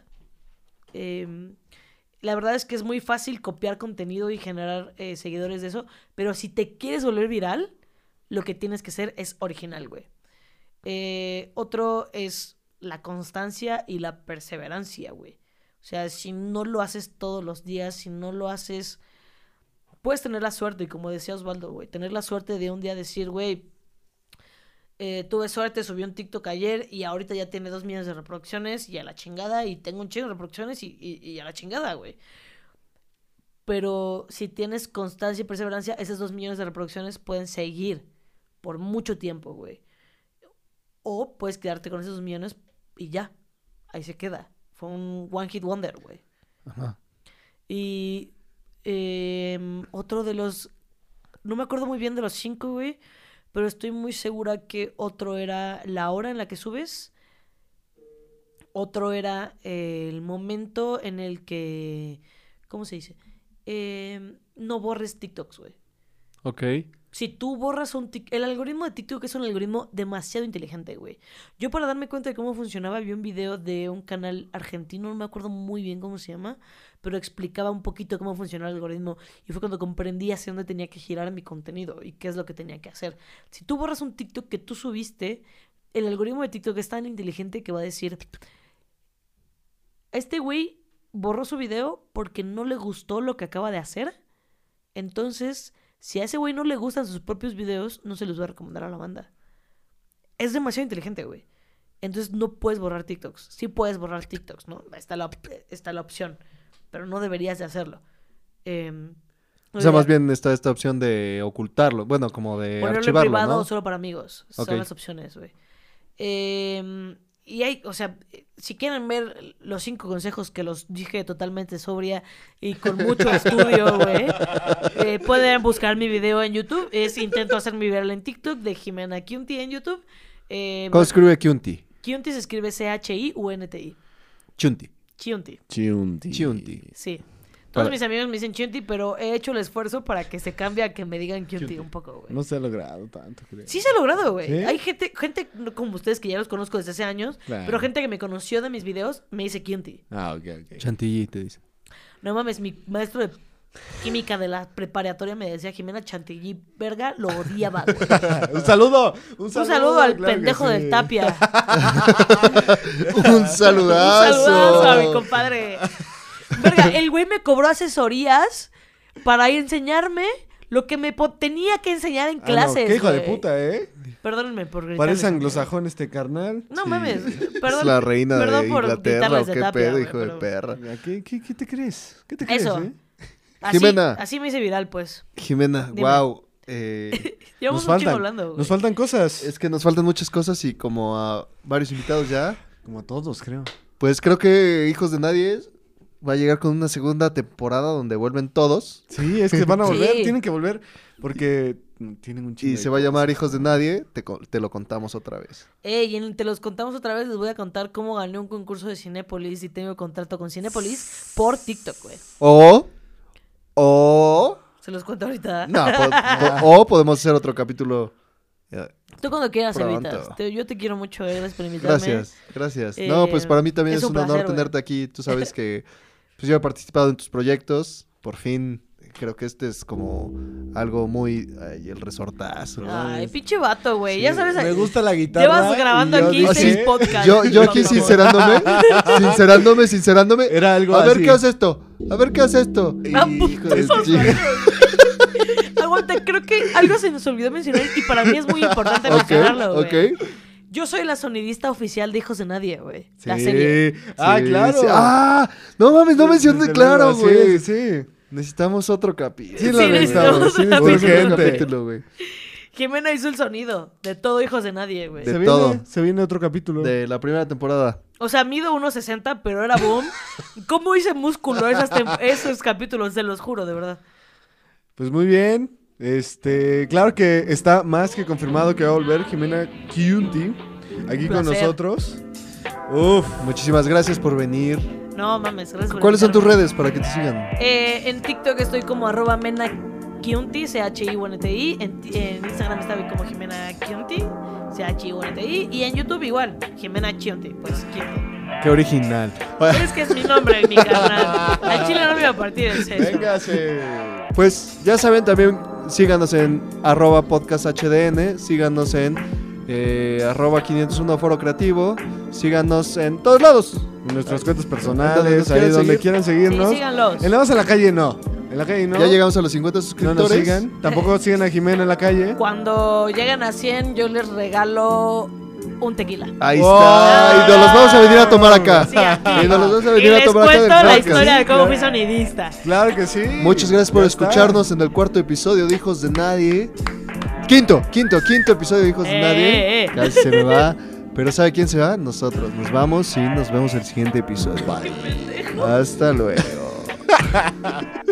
La verdad es que es muy fácil copiar contenido y generar seguidores de eso, pero si te quieres volver viral, lo que tienes que hacer es original, güey. Otro es la constancia y la perseverancia, güey. O sea, si no lo haces todos los días, si no lo haces... Puedes tener la suerte, y como decía Osvaldo, güey, tener la suerte de un día decir, güey, tuve suerte, subí un TikTok ayer y ahorita ya tiene 2 millones de reproducciones y a la chingada, y tengo un chingo de reproducciones y a la chingada, güey. Pero si tienes constancia y perseverancia, esas 2 millones de reproducciones pueden seguir por mucho tiempo, güey. O puedes quedarte con esos 2 millones y ya, ahí se queda. Fue un one hit wonder, güey. ajá. Y otro de los... No me acuerdo muy bien de los 5, güey. Pero estoy muy segura que otro era la hora en la que subes. Otro era el momento en el que... ¿Cómo se dice? No borres TikToks, güey. Ok. Si tú borras un TikTok... El algoritmo de TikTok es un algoritmo demasiado inteligente, güey. Yo para darme cuenta de cómo funcionaba vi un video de un canal argentino, no me acuerdo muy bien cómo se llama, pero explicaba un poquito cómo funcionaba el algoritmo y fue cuando comprendí hacia dónde tenía que girar mi contenido y qué es lo que tenía que hacer. Si tú borras un TikTok que tú subiste, el algoritmo de TikTok es tan inteligente que va a decir... Este güey borró su video porque no le gustó lo que acaba de hacer. Entonces... Si a ese güey no le gustan sus propios videos, no se los voy a recomendar a la banda. Es demasiado inteligente, güey. Entonces no puedes borrar TikToks. Sí puedes borrar TikToks, ¿no? Está la opción. Pero no deberías de hacerlo. O sea, más bien está esta opción de ocultarlo. Bueno, como de ponerlo en archivarlo, privado ¿no? o solo para amigos. Ok. Son las opciones, güey. Y hay, o sea, si quieren ver los 5 consejos que los dije totalmente sobria y con mucho estudio, güey, pueden buscar mi video en YouTube. Intento hacer mi viral en TikTok de Jimena Kiunti en YouTube. ¿Cómo escribe Kiunti? Kiunti se escribe Chiunti. Chunti. Chiunti, Chiunti. sí. Todos Para- mis amigos me dicen Chiunti, pero he hecho el esfuerzo para que se cambie a que me digan Kiunti un poco, güey. No se ha logrado tanto, creo. Sí se ha logrado, güey. ¿Sí? Hay gente como ustedes que ya los conozco desde hace años, Claro. pero gente que me conoció de mis videos me dice Kiunti. Ah, ok. Chantilly, te dice. No mames, mi maestro de química de la preparatoria me decía Jimena Chantilly, verga, lo odiaba, güey. Un saludo. Un saludo al claro que pendejo sí. del Tapia. Un saludazo. Un saludazo a mi compadre. Verga, el güey me cobró asesorías para enseñarme Lo que me tenía que enseñar en Ah, no, clases, qué hijo de güey. puta, ¿eh? Perdónenme por gritarles. Parece anglosajón este carnal. No Sí. mames. Perdón, Es la reina de perdón por Inglaterra gritarles o de qué Tapia, pedo, güey, hijo de pero- perra. ¿Qué te crees? ¿Qué te crees, Eso. eh? Así, Jimena. así me hice viral, pues. Jimena, Dime. wow. Llevamos Nos un chingo faltan, hablando, güey. nos faltan cosas. Es que nos faltan muchas cosas y como a varios invitados ya, Como a todos, creo. pues creo que Hijos de Nadie va a llegar con una segunda temporada donde vuelven todos Sí, es que van a volver, Sí. tienen que volver porque tienen un chingo y de se va a cosas. llamar Hijos de Nadie, te lo contamos otra vez. Y Te los contamos otra vez. Les voy a contar cómo gané un concurso de Cinépolis y tengo contrato con Cinépolis por TikTok, güey. O Se los cuento ahorita. no, o podemos hacer otro capítulo. Tú cuando quieras, Pronto. Evitas. Yo te quiero mucho, gracias por invitarme. Gracias. No, pues para mí también es es un un honor placer, güey. tenerte aquí. Tú sabes que pues yo he participado en tus proyectos. Por fin, creo que este es como algo muy... Ay, el resortazo. ¿no? Ay, pinche vato, güey. Sí, Ya sabes, Me gusta la guitarra. llevas grabando y yo aquí dije, 6 podcasts. Yo aquí por favor. sincerándome. Era algo A ver así. qué hace esto. A ver qué hace esto. Ah, Hijo de puto, chi- Aguanta, creo que algo se nos olvidó mencionar y para mí es muy importante Ok, mencionarlo, güey. ok. Yo soy la sonidista oficial de Hijos de Nadie, güey. Sí. La serie. Ah, Sí, claro. sí. Ah, no mames, no mencioné Desde claro, luego, güey. Sí. Necesitamos otro capítulo. Sí, Sí, lo necesitamos. necesitamos Sí, otro necesitamos otro gente. capítulo, güey. Jimena hizo el sonido de todo Hijos de Nadie, güey. De todo. Se viene otro capítulo. De la primera temporada. O sea, mido 1.60, pero era boom. ¿Cómo hice músculo esos capítulos? Se los juro, de verdad. Pues muy bien. Claro que está más que confirmado que va a volver Jimena Kiunti aquí con Placer. nosotros. Uf. Muchísimas gracias por venir. No mames, gracias por ¿Cuáles son tus invitarme. redes para que te sigan? En TikTok estoy como @menakiunti, CHIUNTI. En Instagram está como Jimena Kiunti, CHIUNTI. Y en YouTube igual, Jimena Kiunti. Pues Kiunti. Qué original. Es que es mi nombre en mi canal. Al chile no me iba a partir el seso. Véngase. Pues ya saben, también síganos en @podcasthdn, síganos en @501 Foro Creativo, síganos en todos lados. En nuestras cuentas Donde personales, nos ahí quieran donde seguir. quieran Sí, seguirnos. síganlos. En la base en la calle no. En la calle no. Ya llegamos a los 50 No suscriptores. nos sigan. Tampoco sigan a Jimena en la calle. Cuando lleguen a 100, yo les regalo un tequila. Ahí ¡Wow! está. Y nos los vamos a venir a tomar acá. Sí, aquí. Y nos los vamos a Y venir a les tomar acá del cuento la podcast. historia de cómo Sí, fui claro. sonidista. Claro que sí. Muchas gracias por Ya está. escucharnos en el cuarto episodio de Hijos de Nadie. Quinto episodio de Hijos de Nadie. Casi se me va. Pero ¿sabe quién se va? Nosotros. Nos vamos y nos vemos el siguiente episodio. Bye. Hasta luego.